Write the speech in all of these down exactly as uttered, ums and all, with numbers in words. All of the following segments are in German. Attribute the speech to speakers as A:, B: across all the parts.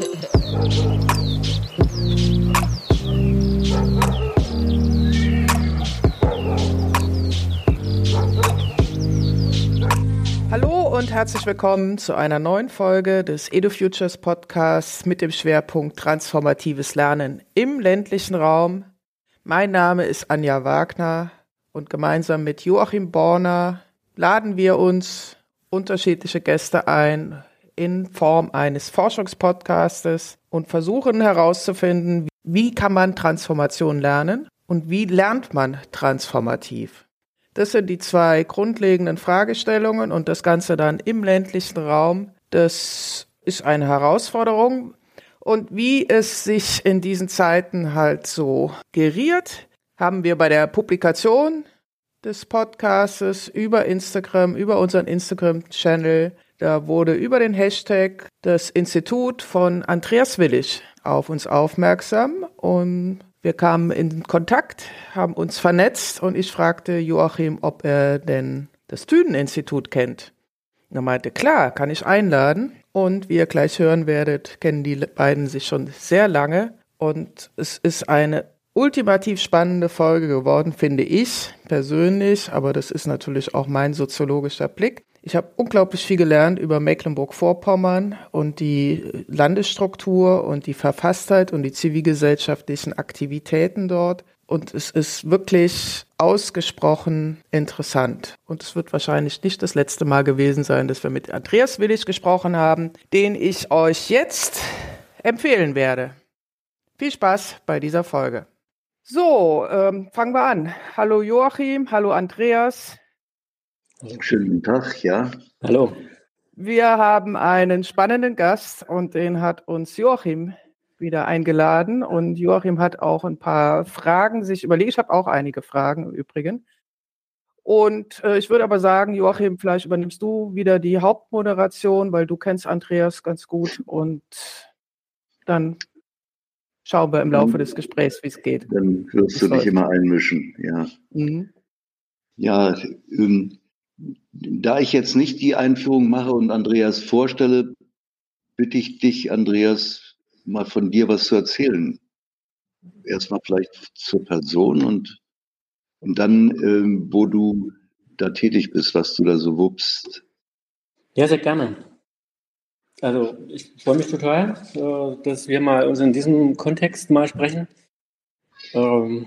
A: Hallo und herzlich willkommen zu einer neuen Folge des EduFutures Podcasts mit dem Schwerpunkt Transformatives Lernen im ländlichen Raum. Mein Name ist Anja Wagner und gemeinsam mit Joachim Borner laden wir uns unterschiedliche Gäste ein in Form eines Forschungspodcastes und versuchen herauszufinden, wie kann man Transformation lernen und wie lernt man transformativ. Das sind die zwei grundlegenden Fragestellungen und das Ganze dann im ländlichen Raum. Das ist eine Herausforderung. Und wie es sich in diesen Zeiten halt so geriert, haben wir bei der Publikation des Podcastes über Instagram, über unseren Instagram-Channel, da wurde über den Hashtag das Institut von Andreas Willig auf uns aufmerksam und wir kamen in Kontakt, haben uns vernetzt und ich fragte Joachim, ob er denn das Thünen-Institut kennt. Er meinte, klar, kann ich einladen. Und wie ihr gleich hören werdet, kennen die beiden sich schon sehr lange. Und es ist eine ultimativ spannende Folge geworden, finde ich persönlich. Aber das ist natürlich auch mein soziologischer Blick. Ich habe unglaublich viel gelernt über Mecklenburg-Vorpommern und die Landesstruktur und die Verfasstheit und die zivilgesellschaftlichen Aktivitäten dort. Und es ist wirklich ausgesprochen interessant. Und es wird wahrscheinlich nicht das letzte Mal gewesen sein, dass wir mit Andreas Willig gesprochen haben, den ich euch jetzt empfehlen werde. Viel Spaß bei dieser Folge. So, ähm, fangen wir an. Hallo Joachim, hallo Andreas.
B: Schönen guten Tag, ja.
C: Hallo.
A: Wir haben einen spannenden Gast und den hat uns Joachim wieder eingeladen und Joachim hat auch ein paar Fragen sich überlegt. Ich habe auch einige Fragen im Übrigen. Und äh, ich würde aber sagen, Joachim, vielleicht übernimmst du wieder die Hauptmoderation, weil du kennst Andreas ganz gut und dann schauen wir im Laufe des Gesprächs, wie es geht.
B: Dann wirst du dich immer einmischen, ja.
A: Mhm.
B: Ja, ähm, da ich jetzt nicht die Einführung mache und Andreas vorstelle, bitte ich dich, Andreas, mal von dir was zu erzählen. Erstmal vielleicht zur Person und, und dann, ähm, wo du da tätig bist, was du da so wuppst.
C: Ja, sehr gerne. Also ich freue mich total, äh, dass wir mal uns in diesem Kontext mal sprechen. Ähm,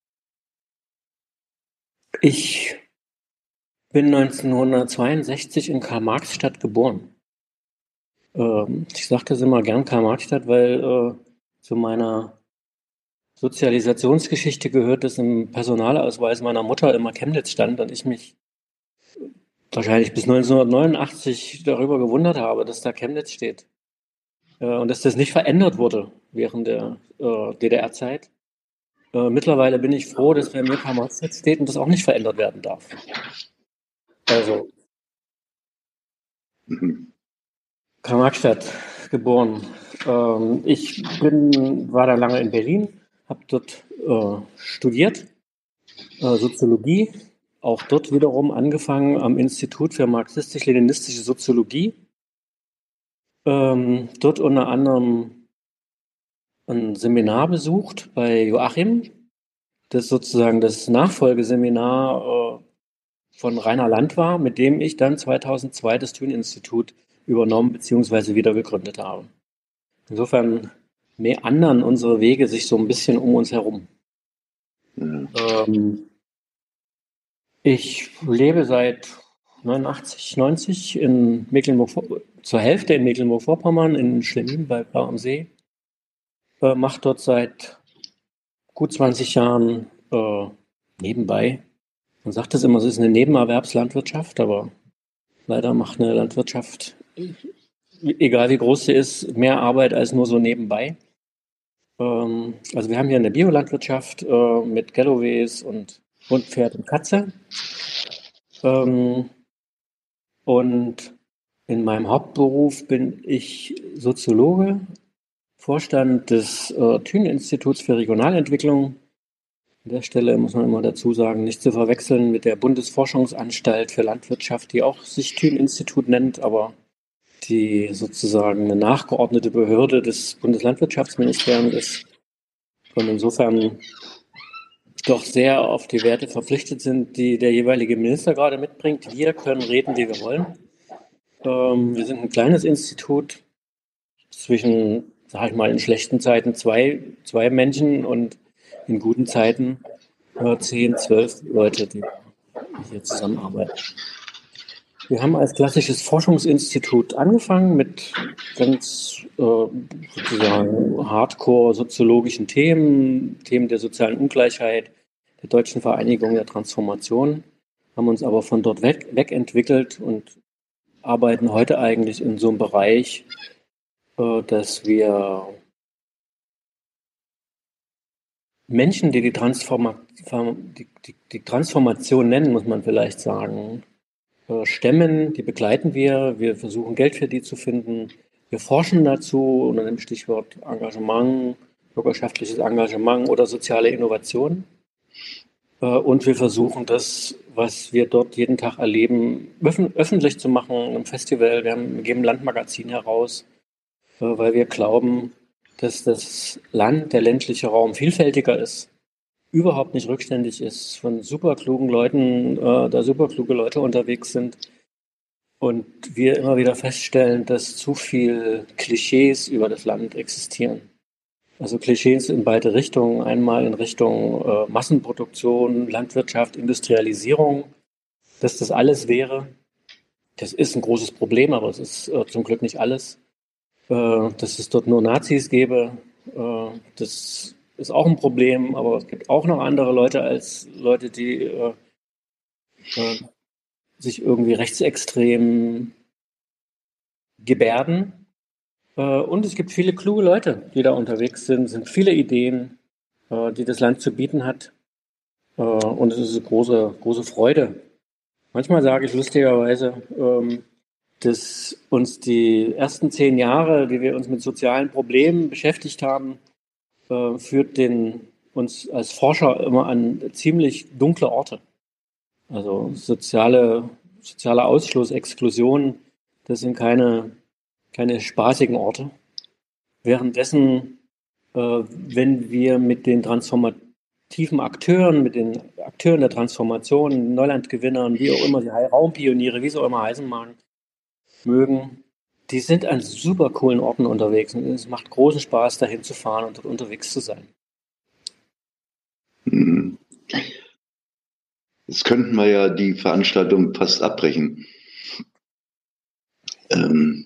C: ich bin neunzehnhundertzweiundsechzig in Karl-Marx-Stadt geboren. Ähm, ich sage das immer gern Karl-Marx-Stadt, weil äh, zu meiner Sozialisationsgeschichte gehört, dass im Personalausweis meiner Mutter immer Chemnitz stand und ich mich wahrscheinlich bis neunzehnhundertneunundachtzig darüber gewundert habe, dass da Chemnitz steht. Äh, und dass das nicht verändert wurde während der äh, D D R-Zeit. Äh, mittlerweile bin ich froh, dass bei mir Karl-Marx-Stadt steht und das auch nicht verändert werden darf. Also,
B: Mhm.
C: Karl-Marx-Stadt geboren. Ähm, ich bin, war da lange in Berlin, habe dort äh, studiert, äh, Soziologie, auch dort wiederum angefangen am Institut für marxistisch-leninistische Soziologie. Ähm, dort unter anderem ein Seminar besucht bei Joachim, das sozusagen das Nachfolgeseminar äh, von Rainer Land war, mit dem ich dann zweitausendzwei das Thünen-Institut übernommen bzw. wieder gegründet habe. Insofern meandern unsere Wege sich so ein bisschen um uns herum.
B: Ja.
C: Ähm, ich lebe seit neunundachtzig, neunzig in Mecklenburg, zur Hälfte in Mecklenburg-Vorpommern, in Schlemmin bei Blau am See. Äh, mache dort seit gut zwanzig Jahren äh, nebenbei. Man sagt es immer, es ist eine Nebenerwerbslandwirtschaft, aber leider macht eine Landwirtschaft, egal wie groß sie ist, mehr Arbeit als nur so nebenbei. Ähm, also wir haben hier eine Biolandwirtschaft äh, mit Galloways und Hund, Pferd und Katze. Ähm, und in meinem Hauptberuf bin ich Soziologe, Vorstand des äh, Thünen-Instituts für Regionalentwicklung. An der Stelle muss man immer dazu sagen, nicht zu verwechseln mit der Bundesforschungsanstalt für Landwirtschaft, die auch sich Thünen-Institut nennt, aber die sozusagen eine nachgeordnete Behörde des Bundeslandwirtschaftsministeriums ist und insofern doch sehr auf die Werte verpflichtet sind, die der jeweilige Minister gerade mitbringt. Wir können reden, wie wir wollen. Ähm, wir sind ein kleines Institut zwischen, sag ich mal, in schlechten Zeiten zwei, zwei Menschen und in guten Zeiten äh, zehn, zwölf Leute, die hier zusammenarbeiten. Wir haben als klassisches Forschungsinstitut angefangen mit ganz äh, sozusagen hardcore-soziologischen Themen, Themen der sozialen Ungleichheit, der deutschen Vereinigung der Transformation, haben uns aber von dort weg, wegentwickelt und arbeiten heute eigentlich in so einem Bereich, äh, dass wir Menschen, die die, Transforma die, die, die Transformation nennen, muss man vielleicht sagen, stemmen, die begleiten wir, wir versuchen Geld für die zu finden, wir forschen dazu unter dem Stichwort Engagement, bürgerschaftliches Engagement oder soziale Innovation und wir versuchen das, was wir dort jeden Tag erleben, öffentlich zu machen im Festival. Wir, haben, wir geben ein Landmagazin heraus, weil wir glauben, dass das Land, der ländliche Raum vielfältiger ist, überhaupt nicht rückständig ist, von super klugen Leuten, äh, da super kluge Leute unterwegs sind und wir immer wieder feststellen, dass zu viel Klischees über das Land existieren. Also Klischees in beide Richtungen, einmal in Richtung äh, Massenproduktion, Landwirtschaft, Industrialisierung, dass das alles wäre. Das ist ein großes Problem, aber es ist äh, zum Glück nicht alles. Äh, dass es dort nur Nazis gäbe, äh, das ist auch ein Problem, aber es gibt auch noch andere Leute als Leute, die äh, äh, sich irgendwie rechtsextrem gebärden. Äh, und es gibt viele kluge Leute, die da unterwegs sind. Es sind viele Ideen, äh, die das Land zu bieten hat. Äh, und es ist eine große, große Freude. Manchmal sage ich lustigerweise, ähm, dass uns die ersten zehn Jahre, die wir uns mit sozialen Problemen beschäftigt haben, führt den, uns als Forscher immer an ziemlich dunkle Orte. Also soziale, sozialer Ausschluss, Exklusion, das sind keine, keine spaßigen Orte. Währenddessen, äh, wenn wir mit den transformativen Akteuren, mit den Akteuren der Transformation, Neulandgewinnern, wie auch immer, die Raumpioniere, wie sie auch immer heißen mag, mögen, die sind an super coolen Orten unterwegs und es macht großen Spaß, dahin zu fahren und dort unterwegs zu sein.
B: Jetzt könnten wir ja die Veranstaltung fast abbrechen. Ähm,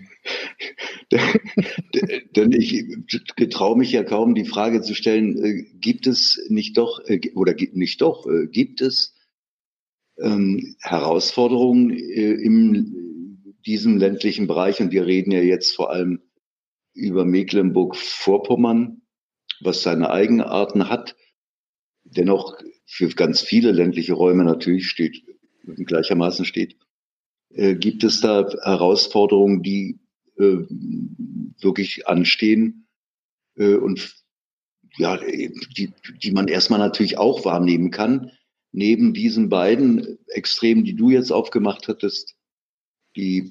B: denn ich getraue mich ja kaum, die Frage zu stellen, äh, gibt es nicht doch, äh, oder nicht doch, äh, gibt es ähm, Herausforderungen äh, im diesem ländlichen Bereich, und wir reden ja jetzt vor allem über Mecklenburg-Vorpommern, was seine Eigenarten hat, dennoch für ganz viele ländliche Räume natürlich steht, gleichermaßen steht. Äh, gibt es da Herausforderungen, die äh, wirklich anstehen äh, und ja, die, die man erstmal natürlich auch wahrnehmen kann, neben diesen beiden Extremen, die du jetzt aufgemacht hattest, die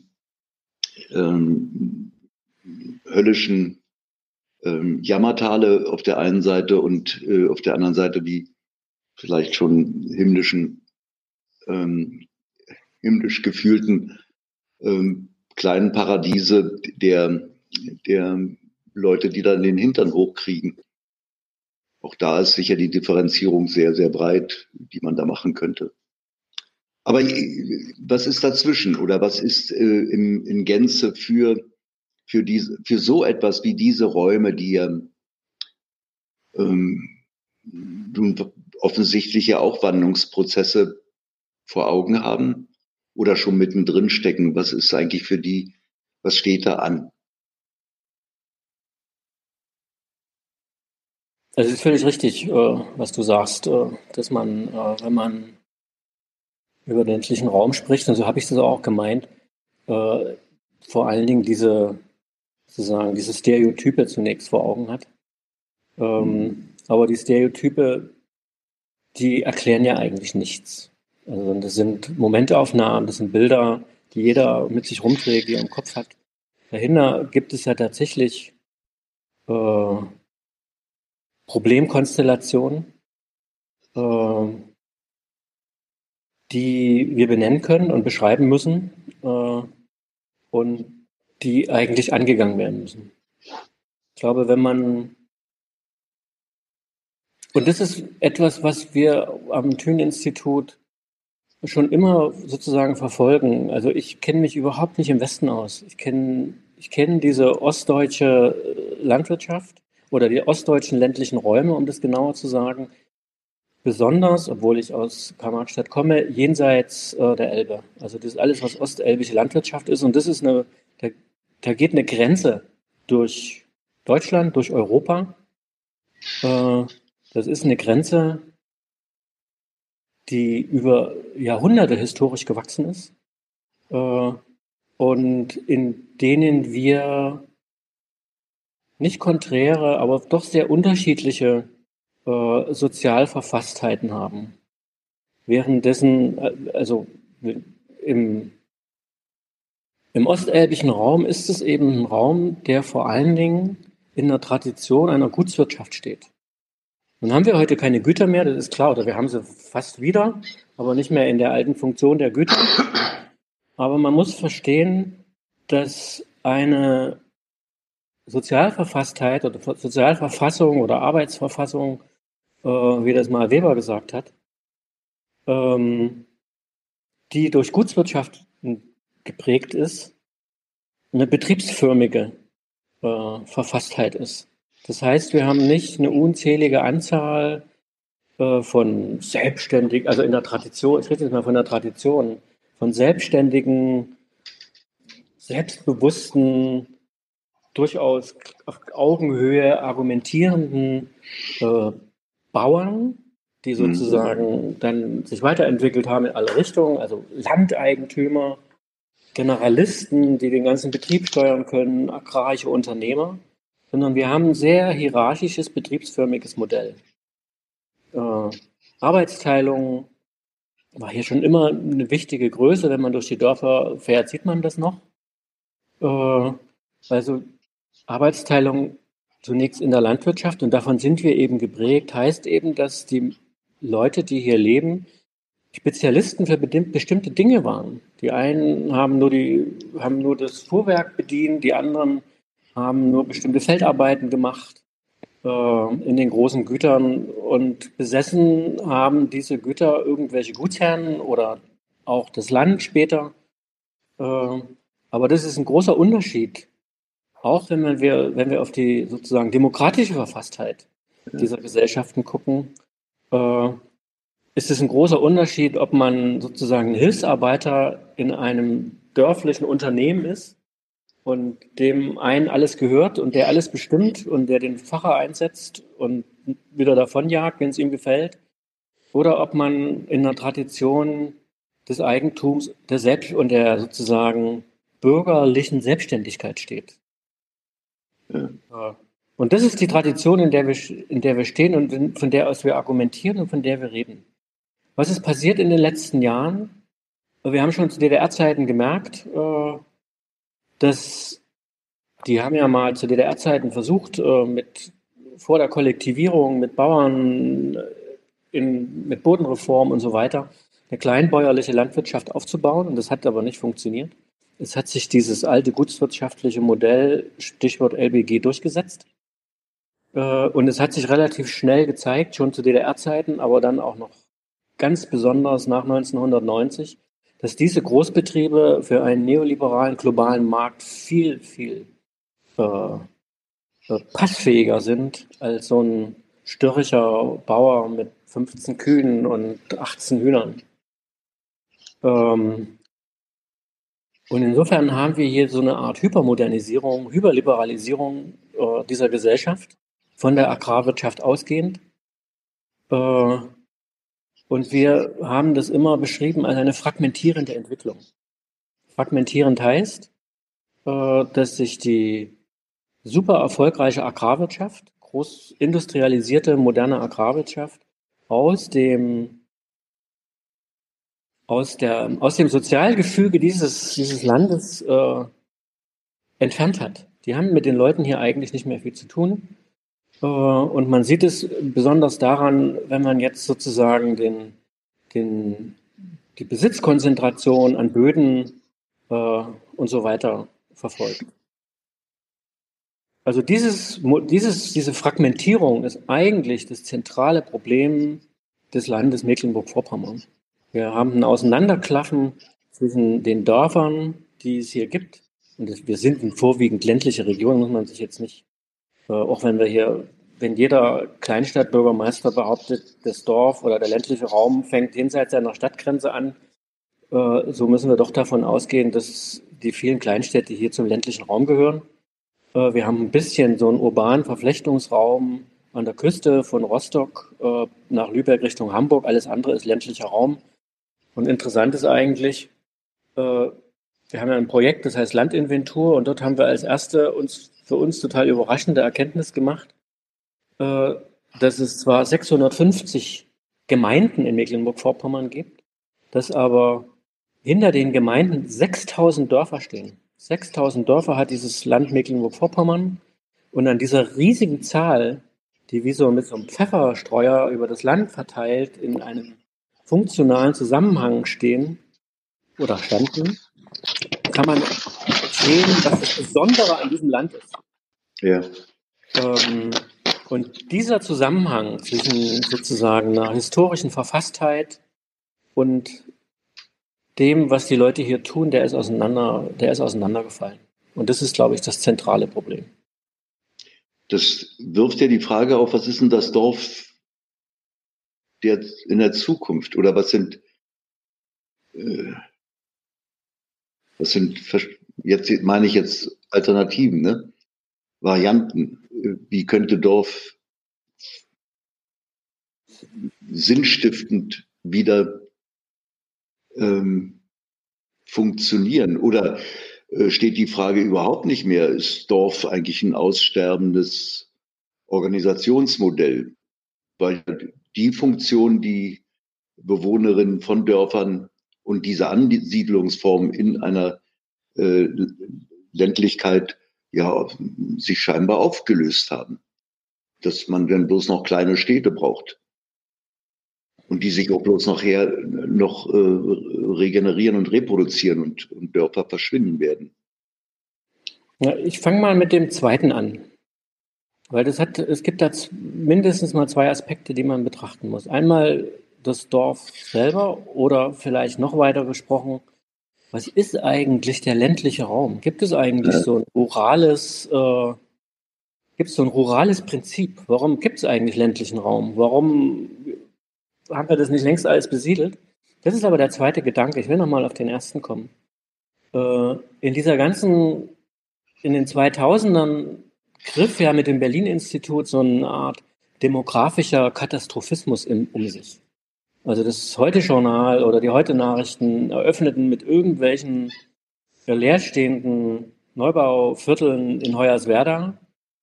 B: ähm, höllischen ähm, Jammertale auf der einen Seite und äh, auf der anderen Seite die vielleicht schon himmlischen, ähm, himmlisch gefühlten ähm, kleinen Paradiese der, der Leute, die dann den Hintern hochkriegen. Auch da ist sicher die Differenzierung sehr, sehr breit, die man da machen könnte. Aber was ist dazwischen oder was ist äh, in, in Gänze für, für, diese, für so etwas wie diese Räume, die ja ähm, offensichtlich ja auch Wandlungsprozesse vor Augen haben oder schon mittendrin stecken? Was ist eigentlich für die, was steht da an?
C: Also es ist völlig richtig, äh, was du sagst, äh, dass man, äh, wenn man über den ländlichen Raum spricht, und so habe ich das auch gemeint, äh, vor allen Dingen diese, sozusagen, diese Stereotype zunächst vor Augen hat. Ähm, aber die Stereotype, die erklären ja eigentlich nichts. Also das sind Momentaufnahmen, das sind Bilder, die jeder mit sich rumträgt, die er im Kopf hat. Dahinter gibt es ja tatsächlich äh, Problemkonstellationen, äh, die wir benennen können und beschreiben müssen äh, und die eigentlich angegangen werden müssen. Ich glaube, wenn man, und das ist etwas, was wir am Thünen-Institut schon immer sozusagen verfolgen. Also ich kenne mich überhaupt nicht im Westen aus. Ich kenne ich kenne diese ostdeutsche Landwirtschaft oder die ostdeutschen ländlichen Räume, um das genauer zu sagen, besonders, obwohl ich aus Karl-Marx-Stadt komme, jenseits äh, der Elbe. Also das ist alles, was ostelbische Landwirtschaft ist. Und das ist eine, da, da geht eine Grenze durch Deutschland, durch Europa. Äh, das ist eine Grenze, die über Jahrhunderte historisch gewachsen ist äh, und in denen wir nicht konträre, aber doch sehr unterschiedliche äh, Sozialverfasstheiten haben. Währenddessen, also im, im ostelbischen Raum ist es eben ein Raum, der vor allen Dingen in der Tradition einer Gutswirtschaft steht. Nun haben wir heute keine Güter mehr, das ist klar, oder wir haben sie fast wieder, aber nicht mehr in der alten Funktion der Güter. Aber man muss verstehen, dass eine Sozialverfasstheit oder Sozialverfassung oder Arbeitsverfassung, äh, wie das mal Weber gesagt hat, ähm, die durch Gutswirtschaft geprägt ist, eine betriebsförmige äh, Verfasstheit ist. Das heißt, wir haben nicht eine unzählige Anzahl äh, von Selbstständigen, also in der Tradition, ich rede jetzt mal von der Tradition, von selbstständigen, selbstbewussten, durchaus auf Augenhöhe argumentierenden äh, Bauern, die sozusagen mhm. dann sich weiterentwickelt haben in alle Richtungen, also Landeigentümer, Generalisten, die den ganzen Betrieb steuern können, agrarische Unternehmer, sondern wir haben ein sehr hierarchisches, betriebsförmiges Modell. Äh, Arbeitsteilung war hier schon immer eine wichtige Größe. Wenn man durch die Dörfer fährt, sieht man das noch. Äh, also Arbeitsteilung zunächst in der Landwirtschaft, und davon sind wir eben geprägt, heißt eben, dass die Leute, die hier leben, Spezialisten für bestimmte Dinge waren. Die einen haben nur, die, haben nur das Fuhrwerk bedient, die anderen haben nur bestimmte Feldarbeiten gemacht äh, in den großen Gütern und besessen haben diese Güter irgendwelche Gutsherren oder auch das Land später. Äh, aber das ist ein großer Unterschied, auch wenn wir, wenn wir auf die sozusagen demokratische Verfasstheit dieser Gesellschaften gucken, äh, ist es ein großer Unterschied, ob man sozusagen ein Hilfsarbeiter in einem dörflichen Unternehmen ist und dem einen alles gehört und der alles bestimmt und der den Pfarrer einsetzt und wieder davonjagt, wenn es ihm gefällt, oder ob man in einer Tradition des Eigentums der Selbst- und der sozusagen bürgerlichen Selbstständigkeit steht. Ja. Und das ist die Tradition, in der wir, in der wir stehen und von der aus wir argumentieren und von der wir reden. Was ist passiert in den letzten Jahren? Wir haben schon zu D D R-Zeiten gemerkt, dass die haben ja mal zu D D R-Zeiten versucht, mit vor der Kollektivierung, mit Bauern, in, mit Bodenreform und so weiter, eine kleinbäuerliche Landwirtschaft aufzubauen. Und das hat aber nicht funktioniert. Es hat sich dieses alte gutswirtschaftliche Modell, Stichwort L B G, durchgesetzt. Und es hat sich relativ schnell gezeigt, schon zu D D R-Zeiten, aber dann auch noch ganz besonders nach neunzehnhundertneunzig, dass diese Großbetriebe für einen neoliberalen globalen Markt viel, viel äh, passfähiger sind als so ein störrischer Bauer mit fünfzehn Kühen und achtzehn Hühnern. Ähm, und insofern haben wir hier so eine Art Hypermodernisierung, Hyperliberalisierung äh, dieser Gesellschaft, von der Agrarwirtschaft ausgehend. Äh, Und wir haben das immer beschrieben als eine fragmentierende Entwicklung. Fragmentierend heißt, äh, dass sich die super erfolgreiche Agrarwirtschaft, groß industrialisierte, moderne Agrarwirtschaft aus dem aus, der, aus dem Sozialgefüge dieses, dieses Landes äh, entfernt hat. Die haben mit den Leuten hier eigentlich nicht mehr viel zu tun. Äh, und man sieht es besonders daran, wenn man jetzt sozusagen den, den, die Besitzkonzentration an Böden äh, und so weiter verfolgt. Also dieses, dieses, diese Fragmentierung ist eigentlich das zentrale Problem des Landes Mecklenburg-Vorpommern. Wir haben ein Auseinanderklaffen zwischen den Dörfern, die es hier gibt. Und das, wir sind in vorwiegend ländliche Regionen, muss man sich jetzt nicht, äh, auch wenn wir hier, wenn jeder Kleinstadtbürgermeister behauptet, das Dorf oder der ländliche Raum fängt jenseits seiner Stadtgrenze an, äh, so müssen wir doch davon ausgehen, dass die vielen Kleinstädte hier zum ländlichen Raum gehören. Äh, wir haben ein bisschen so einen urbanen Verflechtungsraum an der Küste von Rostock äh, nach Lübeck Richtung Hamburg. Alles andere ist ländlicher Raum. Und interessant ist eigentlich, äh, wir haben ja ein Projekt, das heißt Landinventur, und dort haben wir als erste uns für uns total überraschende Erkenntnis gemacht, äh, dass es zwar sechshundertfünfzig Gemeinden in Mecklenburg-Vorpommern gibt, dass aber hinter den Gemeinden sechstausend Dörfer stehen. sechstausend Dörfer hat dieses Land Mecklenburg-Vorpommern, und an dieser riesigen Zahl, die wie so mit so einem Pfefferstreuer über das Land verteilt in einem funktionalen Zusammenhang stehen oder standen, kann man sehen, was das Besondere an diesem Land ist.
B: Ja.
C: Ähm, und dieser Zusammenhang zwischen sozusagen einer historischen Verfasstheit und dem, was die Leute hier tun, der ist auseinander, der ist auseinandergefallen. Und das ist, glaube ich, das zentrale Problem.
B: Das wirft ja die Frage auf, was ist denn das Dorf der, in der Zukunft? Oder was sind, äh, was sind, jetzt meine ich jetzt Alternativen, ne? Varianten. Wie könnte Dorf sinnstiftend wieder ähm, funktionieren? Oder äh, steht die Frage überhaupt nicht mehr, ist Dorf eigentlich ein aussterbendes Organisationsmodell? Weil die Funktion, die Bewohnerinnen von Dörfern und diese Ansiedlungsform in einer äh, Ländlichkeit ja sich scheinbar aufgelöst haben. Dass man dann bloß noch kleine Städte braucht. Und die sich auch bloß nachher noch äh, regenerieren und reproduzieren und, und Dörfer verschwinden werden.
C: Ja, ich fange mal mit dem zweiten an. Weil das hat, es gibt da mindestens mal zwei Aspekte, die man betrachten muss. Einmal das Dorf selber oder vielleicht noch weiter gesprochen, was ist eigentlich der ländliche Raum? Gibt es eigentlich ja. so ein rurales, äh, gibt es so ein rurales Prinzip? Warum gibt es eigentlich ländlichen Raum? Warum haben wir das nicht längst alles besiedelt? Das ist aber der zweite Gedanke. Ich will nochmal auf den ersten kommen. Äh, in dieser ganzen, in den zweitausendern griff ja mit dem Berlin-Institut so eine Art demografischer Katastrophismus im, um sich. Also das Heute-Journal oder die Heute-Nachrichten eröffneten mit irgendwelchen leerstehenden Neubauvierteln in Hoyerswerda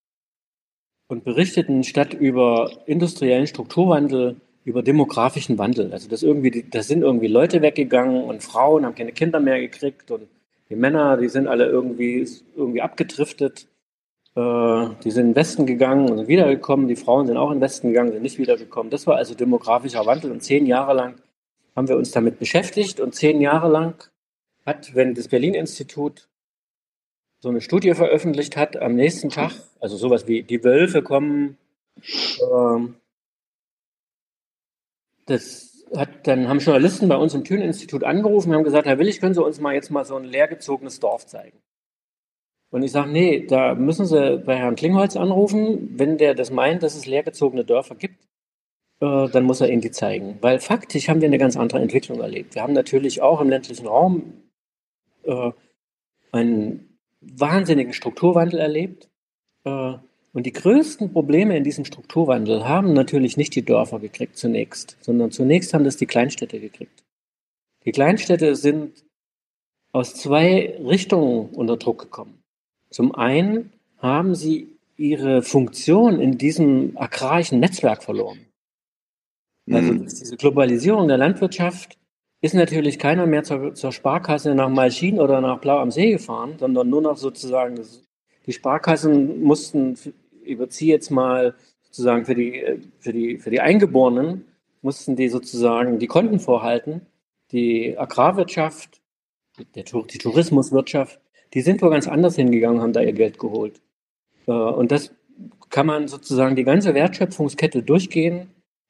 C: und berichteten statt über industriellen Strukturwandel über demografischen Wandel. Also das irgendwie, da sind irgendwie Leute weggegangen und Frauen haben keine Kinder mehr gekriegt und die Männer, die sind alle irgendwie, irgendwie abgedriftet. Die sind in den Westen gegangen und sind wiedergekommen. Die Frauen sind auch in den Westen gegangen, sind nicht wiedergekommen. Das war also demografischer Wandel. Und zehn Jahre lang haben wir uns damit beschäftigt. Und zehn Jahre lang hat, wenn das Berlin-Institut so eine Studie veröffentlicht hat, am nächsten Tag, also sowas wie die Wölfe kommen, ähm, das hat, dann haben Journalisten bei uns im Thünen-Institut angerufen und haben gesagt, Herr Willig, können Sie uns mal jetzt mal so ein leergezogenes Dorf zeigen? Und ich sage, nee, da müssen Sie bei Herrn Klingholz anrufen. Wenn der das meint, dass es leergezogene Dörfer gibt, äh, dann muss er Ihnen die zeigen. Weil faktisch haben wir eine ganz andere Entwicklung erlebt. Wir haben natürlich auch im ländlichen Raum äh, einen wahnsinnigen Strukturwandel erlebt. Äh, und die größten Probleme in diesem Strukturwandel haben natürlich nicht die Dörfer gekriegt zunächst, sondern zunächst haben das die Kleinstädte gekriegt. Die Kleinstädte sind aus zwei Richtungen unter Druck gekommen. Zum einen haben sie ihre Funktion in diesem agrarischen Netzwerk verloren. Also mhm. diese Globalisierung der Landwirtschaft ist natürlich keiner mehr zur, zur Sparkasse nach Malchin oder nach Blau am See gefahren, sondern nur noch sozusagen, das, die Sparkassen mussten, ich überziehe jetzt mal sozusagen für die, für die, für die Eingeborenen, mussten die sozusagen die Konten vorhalten. Die Agrarwirtschaft, der, die Tourismuswirtschaft, die sind wo ganz anders hingegangen, haben da ihr Geld geholt. Und das kann man sozusagen die ganze Wertschöpfungskette durchgehen,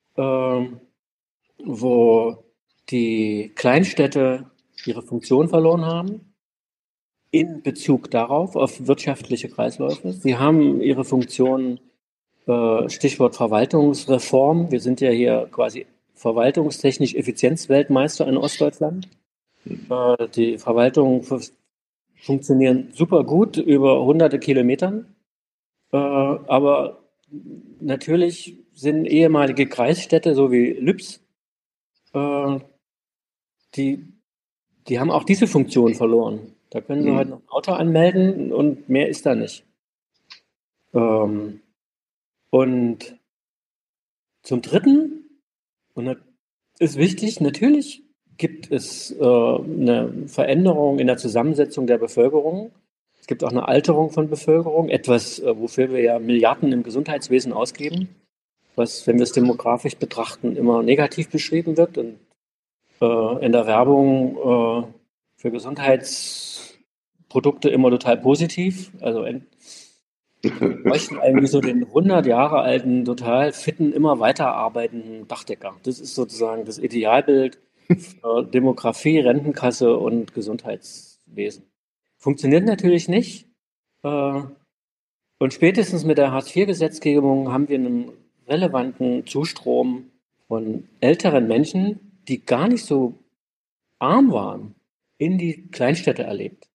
C: wo die Kleinstädte ihre Funktion verloren haben, in Bezug darauf, auf wirtschaftliche Kreisläufe. Sie haben ihre Funktion, äh, Stichwort Verwaltungsreform. Wir sind ja hier quasi verwaltungstechnisch Effizienzweltmeister in Ostdeutschland. Äh, die Verwaltungen f- funktionieren super gut über hunderte Kilometern. Äh, aber natürlich sind ehemalige Kreisstädte, so wie Lübs, äh, die, die haben auch diese Funktion verloren. Da können sie
B: Mhm.
C: halt noch ein Auto anmelden und mehr ist da nicht. Ähm, und zum Dritten, und das ist wichtig, natürlich gibt es äh, eine Veränderung in der Zusammensetzung der Bevölkerung. Es gibt auch eine Alterung von Bevölkerung, etwas, äh, wofür wir ja Milliarden im Gesundheitswesen ausgeben, was, wenn wir es demografisch betrachten, immer negativ beschrieben wird und äh, in der Werbung äh, für Gesundheitsprodukte immer total positiv. Also en- wir bräuchten eigentlich so den hundert Jahre alten, total fitten, immer weiterarbeitenden Dachdecker. Das ist sozusagen das Idealbild für Demografie, Rentenkasse und Gesundheitswesen. Funktioniert natürlich nicht. Äh, Und spätestens mit der Hartz-vier-Gesetzgebung haben wir einen relevanten Zustrom von älteren Menschen, die gar nicht so arm waren, in die Kleinstädte erlebt.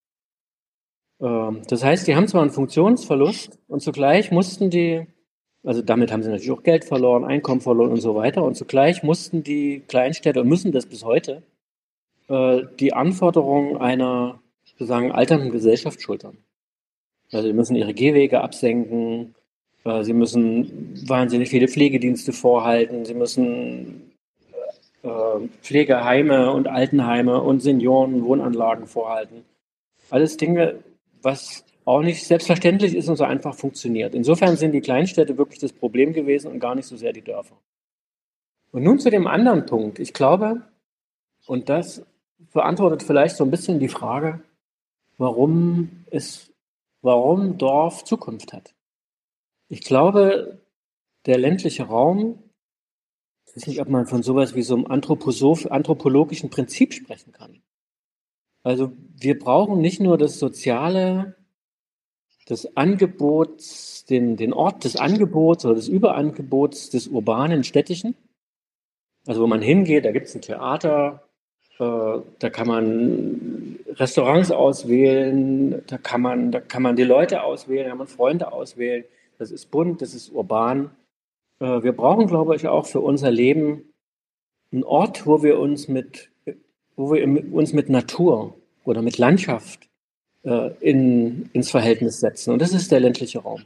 C: Ähm, Das heißt, die haben zwar einen Funktionsverlust und zugleich mussten die, also damit haben sie natürlich auch Geld verloren, Einkommen verloren und so weiter, und zugleich mussten die Kleinstädte und müssen das bis heute äh, die Anforderungen einer sozusagen alternden Gesellschaft schultern. Also sie müssen ihre Gehwege absenken, äh, sie müssen wahnsinnig viele Pflegedienste vorhalten, sie müssen äh, Pflegeheime und Altenheime und Seniorenwohnanlagen vorhalten. Alles Dinge, was auch nicht selbstverständlich ist und so einfach funktioniert. Insofern sind die Kleinstädte wirklich das Problem gewesen und gar nicht so sehr die Dörfer. Und nun zu dem anderen Punkt. Ich glaube, und das beantwortet vielleicht so ein bisschen die Frage, warum es, warum Dorf Zukunft hat. Ich glaube, der ländliche Raum, ich weiß nicht, ob man von sowas wie so einem Anthroposoph- anthropologischen Prinzip sprechen kann. Also wir brauchen nicht nur das Soziale, das Angebots, den, den Ort des Angebots oder des Überangebots des urbanen Städtischen. Also wo man hingeht, da gibt es ein Theater, äh, da kann man Restaurants auswählen, da kann man, da kann man die Leute auswählen, da kann man Freunde auswählen. Das ist bunt, das ist urban. Äh, wir brauchen, glaube ich, auch für unser Leben einen Ort, wo wir uns mit, wo wir im- uns mit Natur oder mit Landschaft äh, in, ins Verhältnis setzen. Und das ist der ländliche Raum.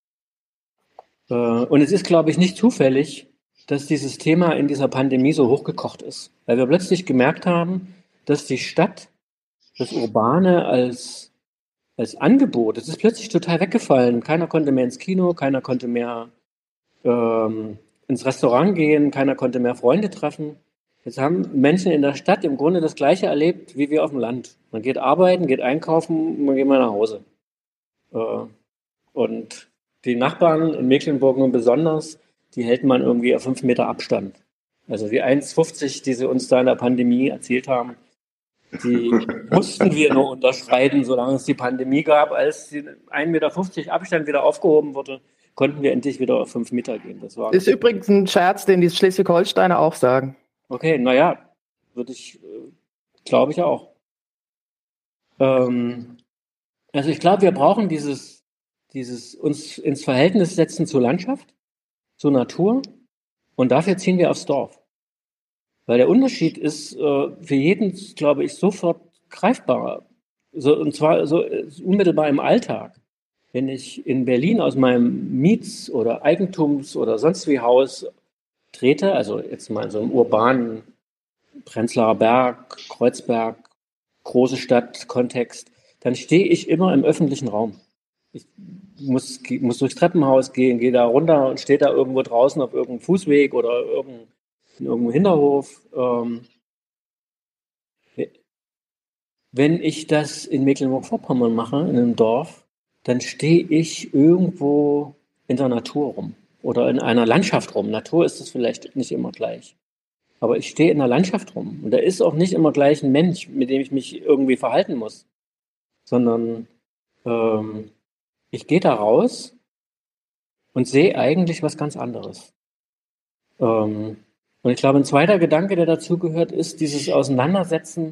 C: Äh, und es ist, glaube ich, nicht zufällig, dass dieses Thema in dieser Pandemie so hochgekocht ist. Weil wir plötzlich gemerkt haben, dass die Stadt, das Urbane als, als Angebot, das ist plötzlich total weggefallen. Keiner konnte mehr ins Kino, keiner konnte mehr ähm, ins Restaurant gehen, keiner konnte mehr Freunde treffen. Jetzt haben Menschen in der Stadt im Grunde das Gleiche erlebt wie wir auf dem Land. Man geht arbeiten, geht einkaufen, man geht mal nach Hause. Äh, und die Nachbarn in Mecklenburg nun besonders, die hält man irgendwie auf fünf Meter Abstand. Also die eins Komma fünfzig, die sie uns da in der Pandemie erzählt haben, die mussten wir nur unterschreiten, solange es die Pandemie gab. Als die ein Meter fünfzig Abstand wieder aufgehoben wurde, konnten wir endlich wieder auf fünf Meter gehen. Das war
A: Ist übrigens ein Scherz, den die Schleswig-Holsteiner auch sagen.
C: okay, naja, würde ich, äh, glaube ich auch. Ähm, also ich glaube, wir brauchen dieses, dieses uns ins Verhältnis setzen zur Landschaft, zur Natur, und dafür ziehen wir aufs Dorf. Weil der Unterschied ist äh, für jeden, glaube ich, sofort greifbar. So, und zwar so äh, unmittelbar im Alltag. Wenn ich in Berlin aus meinem Miets- oder Eigentums- oder sonst wie Haus trete, also jetzt mal in so einem urbanen Prenzlauer Berg, Kreuzberg, große Stadt, Kontext, dann stehe ich immer im öffentlichen Raum. Ich muss, muss durchs Treppenhaus gehen, gehe da runter und stehe da irgendwo draußen auf irgendeinem Fußweg oder irgendein, in irgendeinem Hinterhof. Ähm, wenn ich das in Mecklenburg-Vorpommern mache, in einem Dorf, dann stehe ich irgendwo in der Natur rum oder in einer Landschaft rum. Natur ist es vielleicht nicht immer gleich. Aber ich stehe in der Landschaft rum. Und da ist auch nicht immer gleich ein Mensch, mit dem ich mich irgendwie verhalten muss. Sondern ähm, ich gehe da raus und sehe eigentlich was ganz anderes. Ähm, und ich glaube, ein zweiter Gedanke, der dazugehört, ist dieses Auseinandersetzen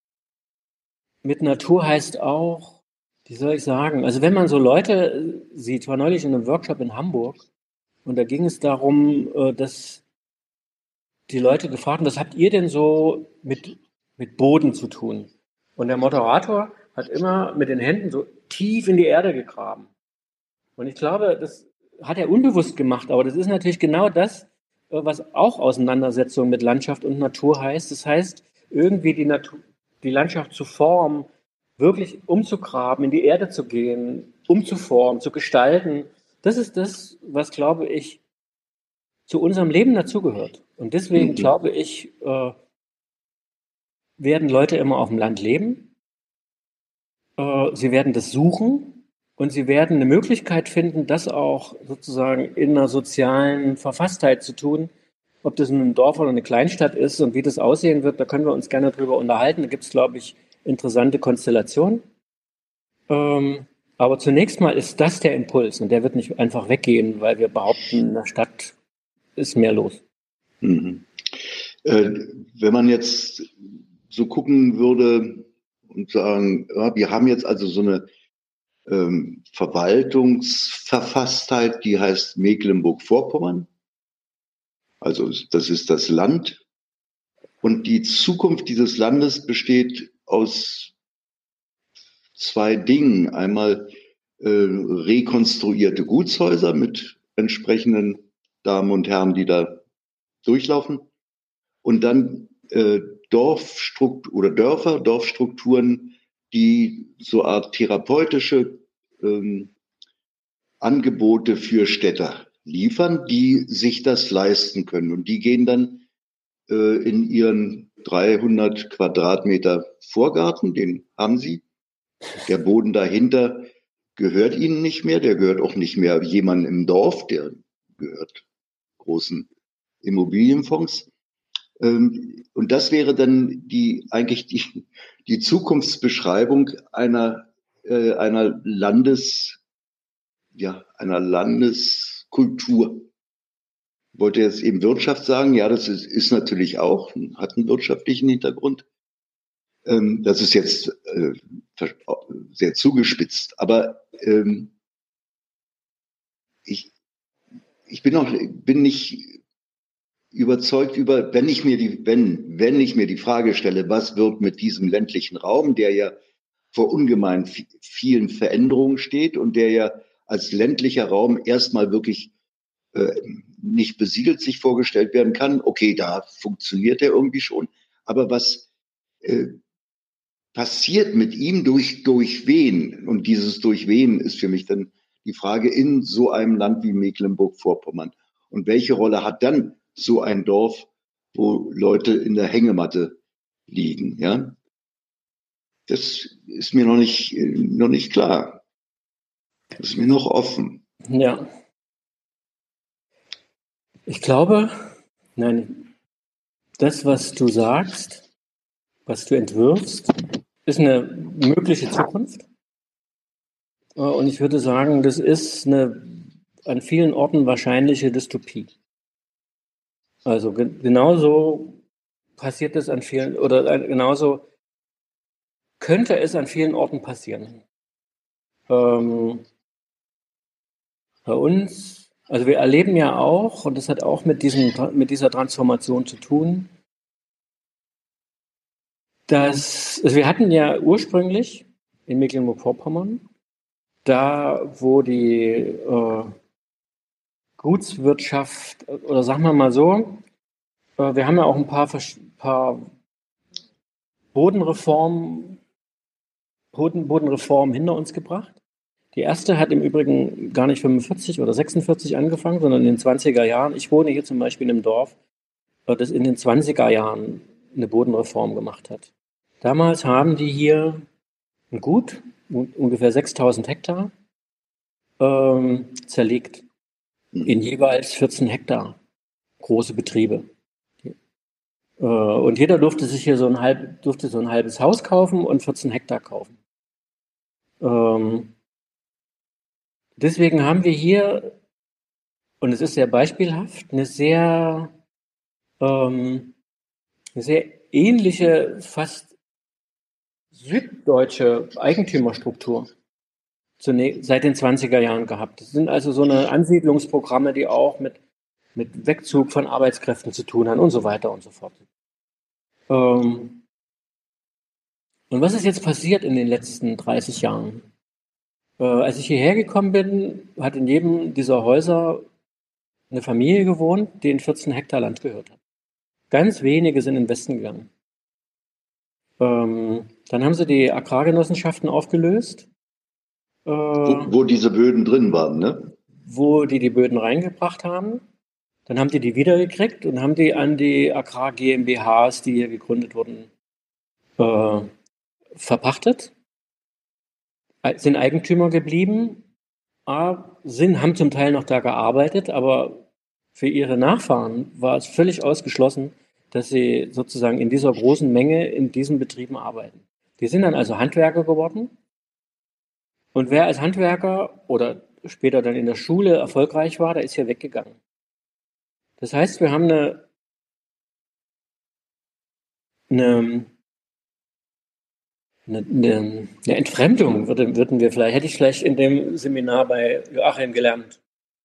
C: mit Natur heißt auch, wie soll ich sagen, also wenn man so Leute sieht, ich war neulich in einem Workshop in Hamburg und da ging es darum, dass die Leute gefragt haben, was habt ihr denn so mit, mit Boden zu tun? Und der Moderator hat immer mit den Händen so tief in die Erde gegraben. Und ich glaube, das hat er unbewusst gemacht, aber das ist natürlich genau das, was auch Auseinandersetzung mit Landschaft und Natur heißt. Das heißt, irgendwie die Natur, die Landschaft zu formen, wirklich umzugraben, in die Erde zu gehen, umzuformen, zu gestalten. Das ist das, was, glaube ich, zu unserem Leben dazugehört. Und deswegen mhm. glaube ich, äh, werden Leute immer auf dem Land leben. Äh, sie werden das suchen und sie werden eine Möglichkeit finden, das auch sozusagen in einer sozialen Verfasstheit zu tun. Ob das ein Dorf oder eine Kleinstadt ist und wie das aussehen wird, da können wir uns gerne drüber unterhalten. Da gibt es, glaube ich, interessante Konstellationen. Ähm, aber zunächst mal ist das der Impuls und der wird nicht einfach weggehen, weil wir behaupten, in der Stadt ist mehr los.
B: Mhm. Äh, wenn man jetzt so gucken würde und sagen, ja, wir haben jetzt also so eine ähm, Verwaltungsverfasstheit, die heißt Mecklenburg-Vorpommern. Also das ist das Land. Und die Zukunft dieses Landes besteht aus zwei Dingen. Einmal äh, rekonstruierte Gutshäuser mit entsprechenden Damen und Herren, die da durchlaufen. Und dann äh, Dorfstrukt oder Dörfer, Dorfstrukturen, die so Art therapeutische ähm, Angebote für Städter liefern, die sich das leisten können. Und die gehen dann äh, in ihren dreihundert Quadratmeter Vorgarten, den haben sie. Der Boden dahinter gehört ihnen nicht mehr, der gehört auch nicht mehr jemandem im Dorf, der gehört großen Immobilienfonds. Ähm, und das wäre dann die eigentlich die, die Zukunftsbeschreibung einer, äh, einer Landes, ja, einer Landeskultur. Ich wollte jetzt eben Wirtschaft sagen, ja, das ist, ist natürlich auch, hat einen wirtschaftlichen Hintergrund. Ähm, das ist jetzt äh, sehr zugespitzt, aber ähm, ich, ich bin noch, bin nicht überzeugt über, wenn ich mir die, wenn, wenn ich mir die Frage stelle, was wird mit diesem ländlichen Raum, der ja vor ungemein vielen Veränderungen steht und der ja als ländlicher Raum erstmal wirklich äh, nicht besiedelt sich vorgestellt werden kann. Okay, da funktioniert er irgendwie schon. Aber was äh, passiert mit ihm durch, durch wen? Und dieses durch wen ist für mich dann die Frage in so einem Land wie Mecklenburg-Vorpommern. Und welche Rolle hat dann so ein Dorf, wo Leute in der Hängematte liegen? Ja, das ist mir noch nicht, noch nicht klar. Das ist mir noch offen.
C: Ja. Ich glaube, nein, das, was du sagst, was du entwirfst, ist eine mögliche Zukunft. Und ich würde sagen, das ist eine an vielen Orten wahrscheinliche Dystopie. Also ge- genauso passiert es an vielen, oder äh, genauso könnte es an vielen Orten passieren. Ähm, bei uns, also wir erleben ja auch, und das hat auch mit, diesem, mit dieser Transformation zu tun, dass, also wir hatten ja ursprünglich in Mecklenburg-Vorpommern, da wo die äh, Gutswirtschaft, oder sagen wir mal so, äh, wir haben ja auch ein paar, paar Bodenreform, Boden, Bodenreform hinter uns gebracht. Die erste hat im Übrigen gar nicht fünfundvierzig oder sechsundvierzig angefangen, sondern in den zwanziger Jahren. Ich wohne hier zum Beispiel in einem Dorf, das in den zwanziger Jahren eine Bodenreform gemacht hat. Damals haben die hier ein Gut, ungefähr sechstausend Hektar, ähm, zerlegt in jeweils vierzehn Hektar große Betriebe. Äh, und jeder durfte sich hier so ein, halb, durfte so ein halbes Haus kaufen und vierzehn Hektar kaufen. Ähm, deswegen haben wir hier, und es ist sehr beispielhaft, eine sehr, ähm, eine sehr ähnliche, fast süddeutsche Eigentümerstruktur seit den zwanziger Jahren gehabt. Das sind also so eine Ansiedlungsprogramme, die auch mit, mit Wegzug von Arbeitskräften zu tun haben und so weiter und so fort. Ähm, und was ist jetzt passiert in den letzten dreißig Jahren? Äh, als ich hierher gekommen bin, hat in jedem dieser Häuser eine Familie gewohnt, denen vierzehn Hektar Land gehört hat. Ganz wenige sind in den Westen gegangen. Ähm, dann haben sie die Agrargenossenschaften aufgelöst. Äh,
B: wo, wo diese Böden drin waren, ne?
C: Wo die die Böden reingebracht haben. Dann haben die die wiedergekriegt und haben die an die Agrar-GmbHs, die hier gegründet wurden, äh, verpachtet. Sind Eigentümer geblieben, sind, haben zum Teil noch da gearbeitet, aber für ihre Nachfahren war es völlig ausgeschlossen, dass sie sozusagen in dieser großen Menge in diesen Betrieben arbeiten. Die sind dann also Handwerker geworden. Und wer als Handwerker oder später dann in der Schule erfolgreich war, der ist hier weggegangen. Das heißt, wir haben eine, eine, eine, eine Entfremdung, würde, würden wir vielleicht, hätte ich vielleicht in dem Seminar bei Joachim gelernt,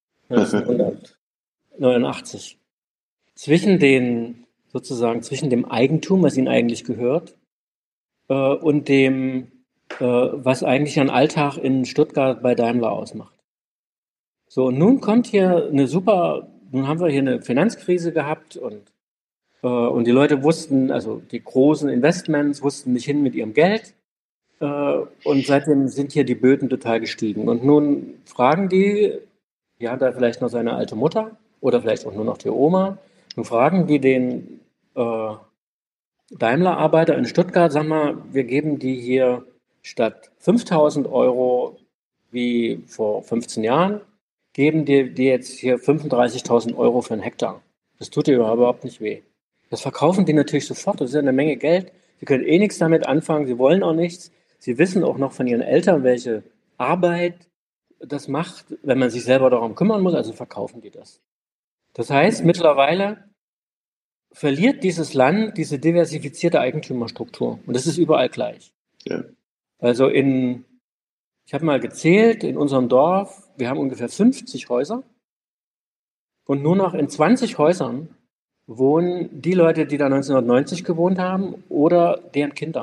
C: neunzehnhundertneunundachtzig. Zwischen den, sozusagen, zwischen dem Eigentum, was ihnen eigentlich gehört, äh, und dem, äh, was eigentlich ein Alltag in Stuttgart bei Daimler ausmacht. So, und nun kommt hier eine super, nun haben wir hier eine Finanzkrise gehabt und, äh, und die Leute wussten, also die großen Investments wussten nicht hin mit ihrem Geld, äh, und seitdem sind hier die Böden total gestiegen. Und nun fragen die, ja, da vielleicht noch seine alte Mutter oder vielleicht auch nur noch die Oma, nun fragen die den äh, Daimler-Arbeiter in Stuttgart, sag mal, wir geben die hier statt fünftausend Euro wie vor fünfzehn Jahren, geben die, die jetzt hier fünfunddreißigtausend Euro für einen Hektar. Das tut dir überhaupt nicht weh. Das verkaufen die natürlich sofort, das ist ja eine Menge Geld. Sie können eh nichts damit anfangen, sie wollen auch nichts. Sie wissen auch noch von ihren Eltern, welche Arbeit das macht, wenn man sich selber darum kümmern muss, also verkaufen die das. Das heißt, mittlerweile verliert dieses Land diese diversifizierte Eigentümerstruktur. Und das ist überall gleich.
B: Ja.
C: Also in, ich habe mal gezählt, in unserem Dorf, wir haben ungefähr fünfzig Häuser. Und nur noch in zwanzig Häusern wohnen die Leute, die da neunzehnhundertneunzig gewohnt haben oder deren Kinder.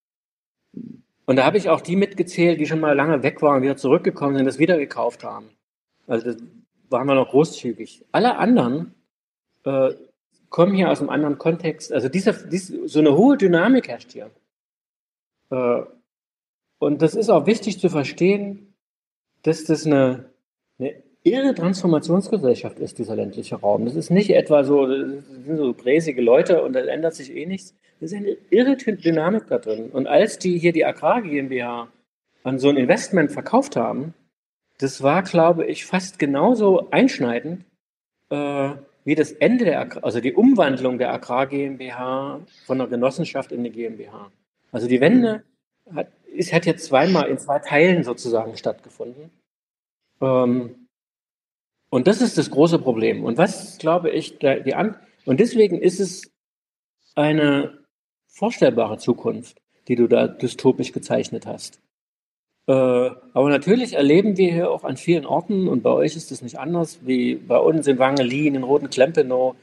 C: Und da habe ich auch die mitgezählt, die schon mal lange weg waren, wieder zurückgekommen sind, das wieder gekauft haben. Also das waren wir noch großzügig. Alle anderen äh, kommen hier aus einem anderen Kontext. Also diese, diese, so eine hohe Dynamik herrscht hier. Äh, und das ist auch wichtig zu verstehen, dass das eine, eine irre Transformationsgesellschaft ist, dieser ländliche Raum. Das ist nicht etwa so, das sind so präsige Leute und da ändert sich eh nichts. Das ist eine irre Dynamik da drin. Und als die hier die Agrar GmbH an so ein Investment verkauft haben, das war, glaube ich, fast genauso einschneidend, äh, wie das Ende der Agrar, also die Umwandlung der Agrar GmbH von einer Genossenschaft in eine GmbH. Also die Wende hat, ist, hat jetzt zweimal in zwei Teilen sozusagen stattgefunden. Ähm, und das ist das große Problem. Und was, glaube ich, der, die An und deswegen ist es eine vorstellbare Zukunft, die du da dystopisch gezeichnet hast. Äh, aber natürlich erleben wir hier auch an vielen Orten, und bei euch ist es nicht anders, wie bei uns in Wangelin, in Roten-Klempenow,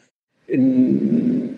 C: in,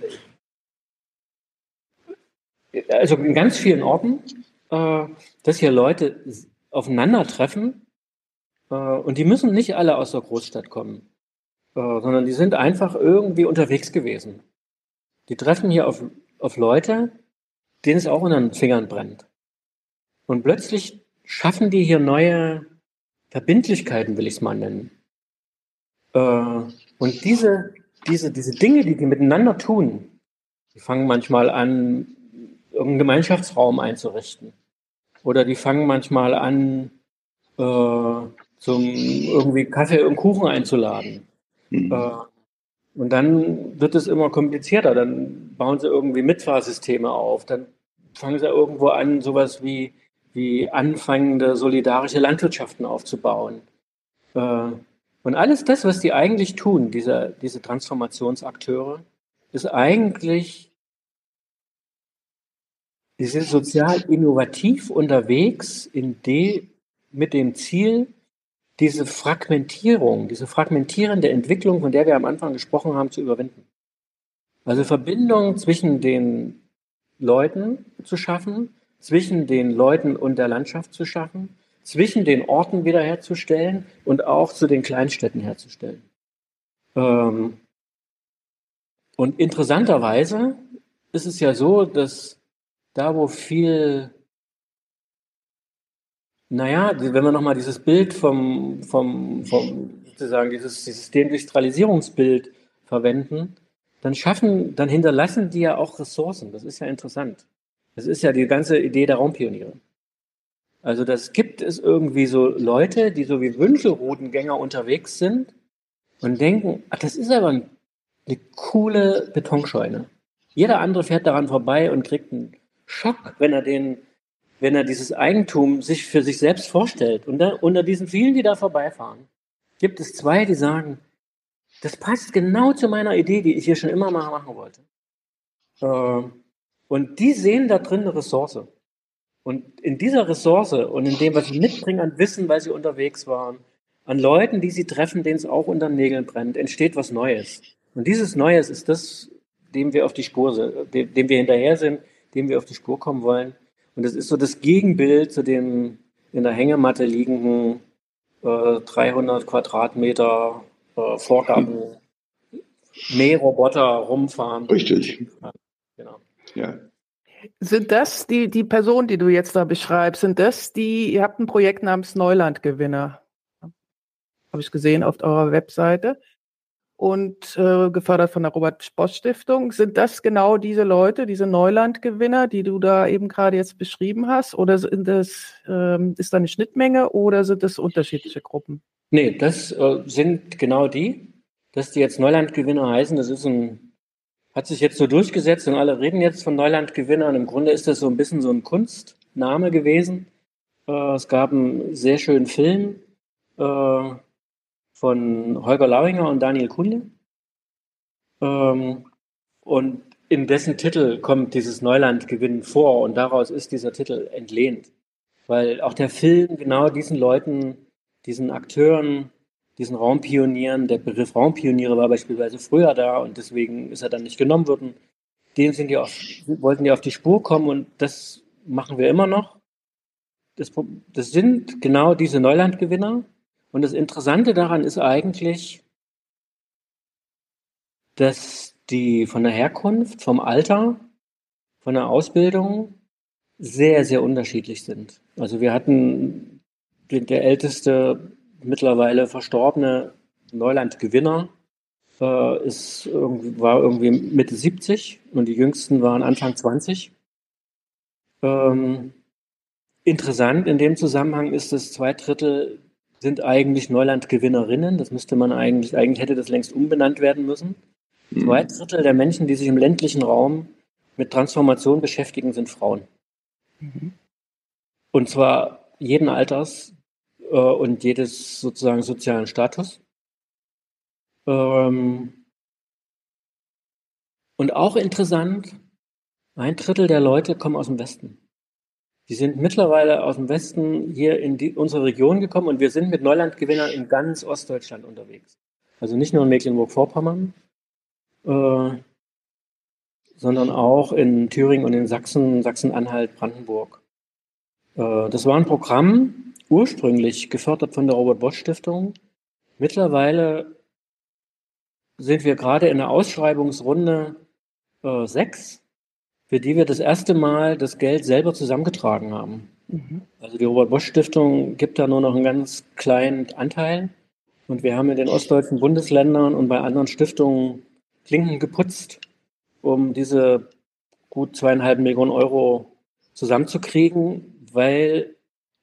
C: also in ganz vielen Orten, äh, dass hier Leute aufeinandertreffen, äh, und die müssen nicht alle aus der Großstadt kommen, äh, sondern die sind einfach irgendwie unterwegs gewesen. Die treffen hier auf, auf Leute, denen es auch unter den Fingern brennt. Und plötzlich schaffen die hier neue Verbindlichkeiten, will ich es mal nennen. Äh, und diese, diese, diese Dinge, die die miteinander tun, die fangen manchmal an, irgendeinen Gemeinschaftsraum einzurichten. Oder die fangen manchmal an, äh, zum irgendwie Kaffee und Kuchen einzuladen.
B: Mhm.
C: Äh, und dann wird es immer komplizierter. Dann bauen sie irgendwie Mitfahrsysteme auf. Dann fangen sie irgendwo an, sowas wie, wie anfangende solidarische Landwirtschaften aufzubauen. Äh, und alles das, was die eigentlich tun, diese, diese Transformationsakteure, ist eigentlich, die sind sozial innovativ unterwegs in de, mit dem Ziel, diese Fragmentierung, diese fragmentierende Entwicklung, von der wir am Anfang gesprochen haben, zu überwinden. Also Verbindung zwischen den Leuten zu schaffen, zwischen den Leuten und der Landschaft zu schaffen, zwischen den Orten wiederherzustellen und auch zu den Kleinstädten herzustellen. Ähm, und interessanterweise ist es ja so, dass da, wo viel, naja, wenn wir nochmal dieses Bild vom, vom, vom sozusagen dieses, dieses Deindustrialisierungsbild verwenden, dann schaffen, dann hinterlassen die ja auch Ressourcen. Das ist ja interessant. Das ist ja die ganze Idee der Raumpioniere. Also das gibt es irgendwie so Leute, die so wie Wünschelroutengänger unterwegs sind und denken, ach, das ist aber ein, eine coole Betonscheune. Jeder andere fährt daran vorbei und kriegt einen Schock, wenn er den, wenn er dieses Eigentum sich für sich selbst vorstellt. Und da, unter diesen vielen, die da vorbeifahren, gibt es zwei, die sagen, das passt genau zu meiner Idee, die ich hier schon immer mal machen wollte. Äh, und die sehen da drin eine Ressource. Und in dieser Ressource und in dem, was sie mitbringen an Wissen, weil sie unterwegs waren, an Leuten, die sie treffen, denen es auch unter den Nägeln brennt, entsteht was Neues. Und dieses Neues ist das, dem wir auf die Spur sind, dem, dem wir hinterher sind, dem wir auf die Spur kommen wollen. Und das ist so das Gegenbild zu dem in der Hängematte liegenden äh, dreihundert Quadratmeter äh, Vorgarten, Mähroboter rumfahren.
B: Richtig.
C: Genau.
B: Ja.
A: Sind das die, die Personen, die du jetzt da beschreibst, sind das die, ihr habt ein Projekt namens Neulandgewinner, habe ich gesehen auf eurer Webseite und äh, gefördert von der Robert-Bosch-Stiftung. Sind das genau diese Leute, diese Neulandgewinner, die du da eben gerade jetzt beschrieben hast? Oder sind das, ähm, ist da eine Schnittmenge oder sind das unterschiedliche Gruppen?
C: Nee, das äh, sind genau die. Dass die jetzt Neulandgewinner heißen, das ist ein, hat sich jetzt so durchgesetzt und alle reden jetzt von Neulandgewinnern. Im Grunde ist das so ein bisschen so ein Kunstname gewesen. Äh, es gab einen sehr schönen Film äh, von Holger Lauinger und Daniel Kuhnle. Ähm, und in dessen Titel kommt dieses Neulandgewinnen vor und daraus ist dieser Titel entlehnt. Weil auch der Film genau diesen Leuten, diesen Akteuren, diesen Raumpionieren, der Begriff Raumpioniere war beispielsweise früher da und deswegen ist er dann nicht genommen worden. Denen sind die auf, wollten die auf die Spur kommen und das machen wir immer noch. Das, das sind genau diese Neulandgewinner. Und das Interessante daran ist eigentlich, dass die von der Herkunft, vom Alter, von der Ausbildung sehr, sehr unterschiedlich sind. Also wir hatten den, der älteste, mittlerweile verstorbene Neulandgewinner äh, ist irgendwie, war irgendwie Mitte siebzig und die jüngsten waren Anfang zwanzig. Ähm, interessant in dem Zusammenhang ist, dass zwei Drittel sind eigentlich Neulandgewinnerinnen. Das müsste man eigentlich, eigentlich hätte das längst umbenannt werden müssen. Mhm. Zwei Drittel der Menschen, die sich im ländlichen Raum mit Transformation beschäftigen, sind Frauen. Mhm. Und zwar jeden Alters äh, und jedes sozusagen sozialen Status. Ähm, und auch interessant, ein Drittel der Leute kommen aus dem Westen. Die sind mittlerweile aus dem Westen hier in die, unsere Region gekommen und wir sind mit Neulandgewinnern in ganz Ostdeutschland unterwegs. Also nicht nur in Mecklenburg-Vorpommern, äh, sondern auch in Thüringen und in Sachsen, Sachsen-Anhalt, Brandenburg. Äh, das war ein Programm, ursprünglich gefördert von der Robert-Bosch-Stiftung. Mittlerweile sind wir gerade in der Ausschreibungsrunde äh, sechs. für die wir das erste Mal das Geld selber zusammengetragen haben. Mhm. Also die Robert-Bosch-Stiftung gibt da nur noch einen ganz kleinen Anteil. Und wir haben in den ostdeutschen Bundesländern und bei anderen Stiftungen Klinken geputzt, um diese gut zweieinhalb Millionen Euro zusammenzukriegen, weil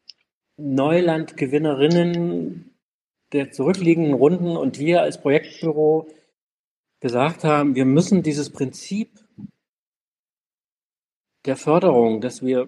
C: Neulandgewinnerinnen der zurückliegenden Runden und wir als Projektbüro gesagt haben, wir müssen dieses Prinzip der Förderung, dass wir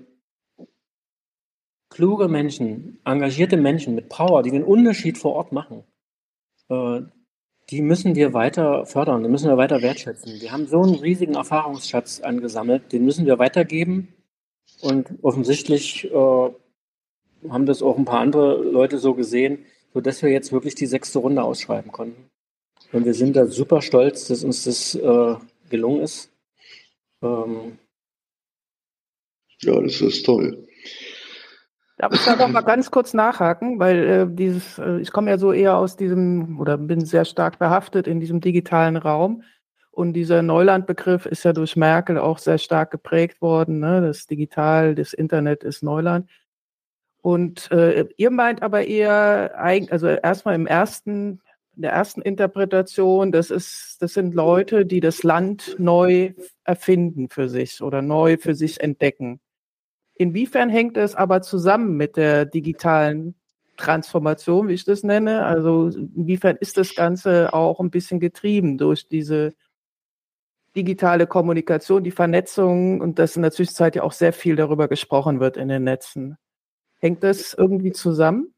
C: kluge Menschen, engagierte Menschen mit Power, die den Unterschied vor Ort machen, äh, die müssen wir weiter fördern, die müssen wir weiter wertschätzen. Wir haben so einen riesigen Erfahrungsschatz angesammelt, den müssen wir weitergeben. Und offensichtlich äh, haben das auch ein paar andere Leute so gesehen, sodass wir jetzt wirklich die sechste Runde ausschreiben konnten. Und wir sind da super stolz, dass uns das äh, gelungen ist. Ähm,
B: ja, das ist toll.
A: Darf ich da noch mal ganz kurz nachhaken, weil äh, dieses, äh, ich komme ja so eher aus diesem oder bin sehr stark behaftet in diesem digitalen Raum und dieser Neulandbegriff ist ja durch Merkel auch sehr stark geprägt worden, ne? Das Digital, das Internet ist Neuland. Und äh, ihr meint aber eher, also erstmal im ersten, in der ersten Interpretation, das ist, das sind Leute, die das Land neu erfinden für sich oder neu für sich entdecken. Inwiefern hängt es aber zusammen mit der digitalen Transformation, wie ich das nenne? Also inwiefern ist das Ganze auch ein bisschen getrieben durch diese digitale Kommunikation, die Vernetzung und dass in der Zwischenzeit ja auch sehr viel darüber gesprochen wird in den Netzen? Hängt das irgendwie zusammen?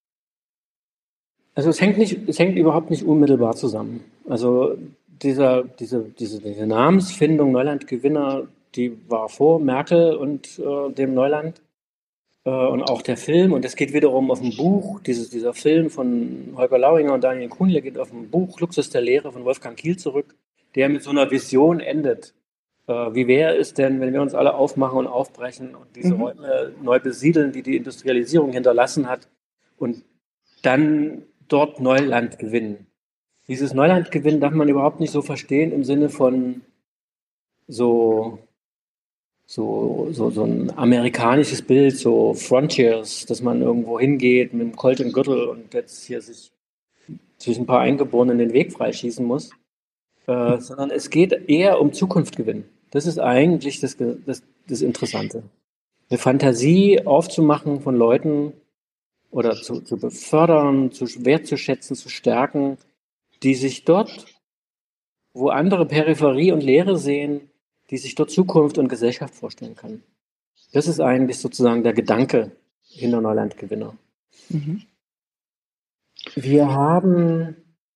C: Also es hängt nicht, es hängt überhaupt nicht unmittelbar zusammen. Also dieser, diese, diese, diese Namensfindung Neulandgewinner, die war vor Merkel und äh, dem Neuland äh, und auch der Film. Und es geht wiederum auf ein Buch, dieses, dieser Film von Holger Lauinger und Daniel Kuhnle geht auf ein Buch Luxus der Lehre von Wolfgang Kiel zurück, der mit so einer Vision endet. Äh, wie wäre es denn, wenn wir uns alle aufmachen und aufbrechen und diese mhm. Räume neu besiedeln, die die Industrialisierung hinterlassen hat und dann dort Neuland gewinnen. Dieses Neuland gewinnen darf man überhaupt nicht so verstehen im Sinne von so, so, so, so ein amerikanisches Bild, so Frontiers, dass man irgendwo hingeht mit einem Colt im Gürtel und jetzt hier sich zwischen ein paar Eingeborenen den Weg freischießen muss, äh, sondern es geht eher um Zukunft gewinnen. Das ist eigentlich das, das, das Interessante. Eine Fantasie aufzumachen von Leuten, oder zu, zu befördern, zu wertzuschätzen, zu stärken, die sich dort, wo andere Peripherie und Leere sehen, die sich dort Zukunft und Gesellschaft vorstellen können. Das ist eigentlich sozusagen der Gedanke hinter Neulandgewinner. Mhm. Wir haben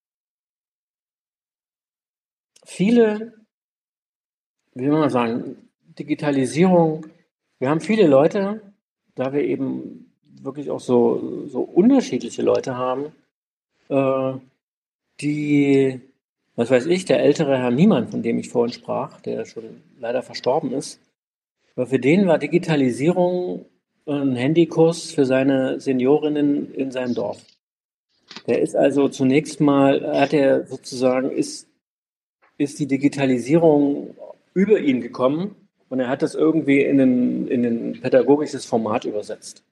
C: viele, wie will man sagen, Digitalisierung, wir haben viele Leute, da wir eben wirklich auch so, so unterschiedliche Leute haben, äh, die, was weiß ich, der ältere Herr Niemann, von dem ich vorhin sprach, der schon leider verstorben ist, aber für den war Digitalisierung ein Handykurs für seine Seniorinnen in seinem Dorf. Der ist also zunächst mal, hat er sozusagen, ist, ist die Digitalisierung über ihn gekommen und er hat das irgendwie in ein, in ein pädagogisches Format übersetzt.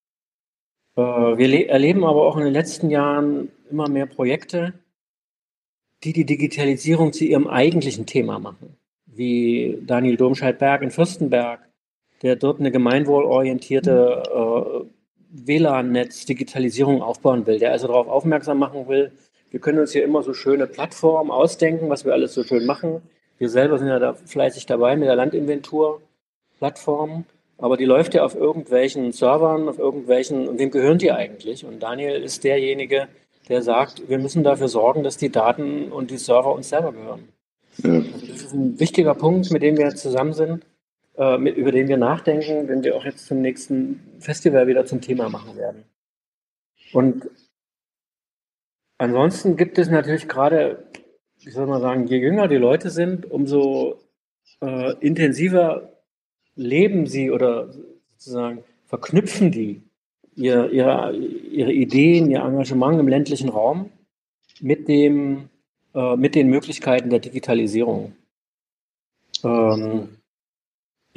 C: Wir erleben aber auch in den letzten Jahren immer mehr Projekte, die die Digitalisierung zu ihrem eigentlichen Thema machen. Wie Daniel Domscheit-Berg in Fürstenberg, der dort eine gemeinwohlorientierte äh, W L A N-Netz-Digitalisierung aufbauen will, der also darauf aufmerksam machen will, wir können uns hier immer so schöne Plattformen ausdenken, was wir alles so schön machen. Wir selber sind ja da fleißig dabei mit der Landinventur-Plattform. Aber die läuft ja auf irgendwelchen Servern, auf irgendwelchen, und wem gehören die eigentlich? Und Daniel ist derjenige, der sagt, wir müssen dafür sorgen, dass die Daten und die Server uns selber gehören. Ja. Also das ist ein wichtiger Punkt, mit dem wir zusammen sind, äh, mit, über den wir nachdenken, wenn wir auch jetzt zum nächsten Festival wieder zum Thema machen werden. Und ansonsten gibt es natürlich gerade, wie soll man sagen, je jünger die Leute sind, umso äh, intensiver leben sie oder sozusagen verknüpfen die ihre, ihre, ihre Ideen, ihr Engagement im ländlichen Raum mit, dem, äh, mit den Möglichkeiten der Digitalisierung. Ähm,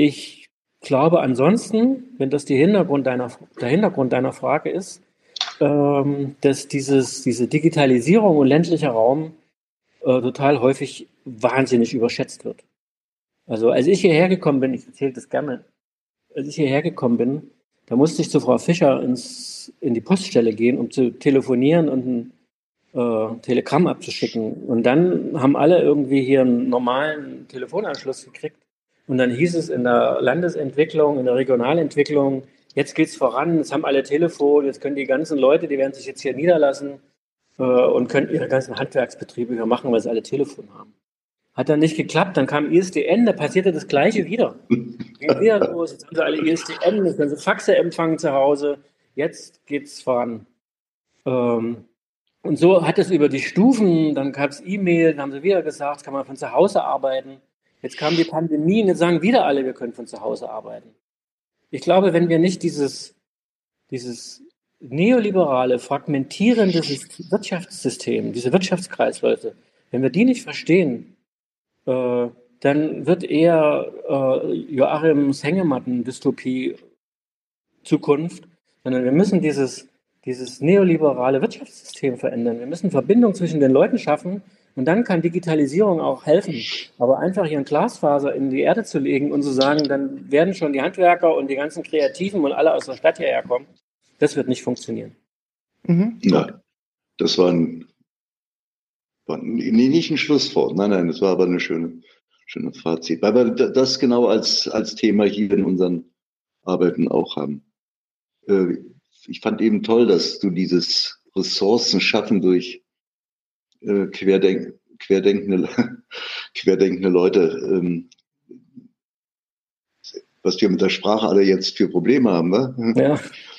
C: ich glaube ansonsten, wenn das die Hintergrund deiner, der Hintergrund deiner Frage ist, ähm, dass dieses, diese Digitalisierung und ländlicher Raum äh, total häufig wahnsinnig überschätzt wird. Also als ich hierher gekommen bin, ich erzähle das gerne, als ich hierher gekommen bin, da musste ich zu Frau Fischer ins, in die Poststelle gehen, um zu telefonieren und ein äh, Telegramm abzuschicken. Und dann haben alle irgendwie hier einen normalen Telefonanschluss gekriegt. Und dann hieß es in der Landesentwicklung, in der Regionalentwicklung, jetzt geht's voran, jetzt haben alle Telefon, jetzt können die ganzen Leute, die werden sich jetzt hier niederlassen äh, und können ihre ganzen Handwerksbetriebe hier machen, weil sie alle Telefon haben. Hat dann nicht geklappt, dann kam I S D N, da passierte das Gleiche wieder. Ging wieder los, jetzt haben sie alle I S D N, jetzt können sie Faxe empfangen zu Hause, jetzt geht's voran. Ähm, und so hat es über die Stufen, dann gab es E-Mail, dann haben sie wieder gesagt, jetzt kann man von zu Hause arbeiten. Jetzt kam die Pandemie und jetzt sagen wieder alle, wir können von zu Hause arbeiten. Ich glaube, wenn wir nicht dieses, dieses neoliberale, fragmentierende Wirtschaftssystem, diese Wirtschaftskreisläufe, wenn wir die nicht verstehen, äh, dann wird eher äh, Joachims Hängematten-Dystopie Zukunft, sondern wir müssen dieses, dieses neoliberale Wirtschaftssystem verändern. Wir müssen Verbindung zwischen den Leuten schaffen und dann kann Digitalisierung auch helfen. Aber einfach hier ein Glasfaser in die Erde zu legen und zu sagen, dann werden schon die Handwerker und die ganzen Kreativen und alle aus der Stadt hierher kommen, das wird nicht funktionieren.
B: Mhm. Nein, das war ein Nee, nicht ein Schlusswort, nein, nein, das war aber eine schöne, schöne Fazit, weil wir das genau als, als Thema hier in unseren Arbeiten auch haben. Ich fand eben toll, dass du dieses Ressourcen schaffen durch Querdenk, querdenkende, querdenkende Leute, was wir mit der Sprache alle jetzt für Probleme haben, ne?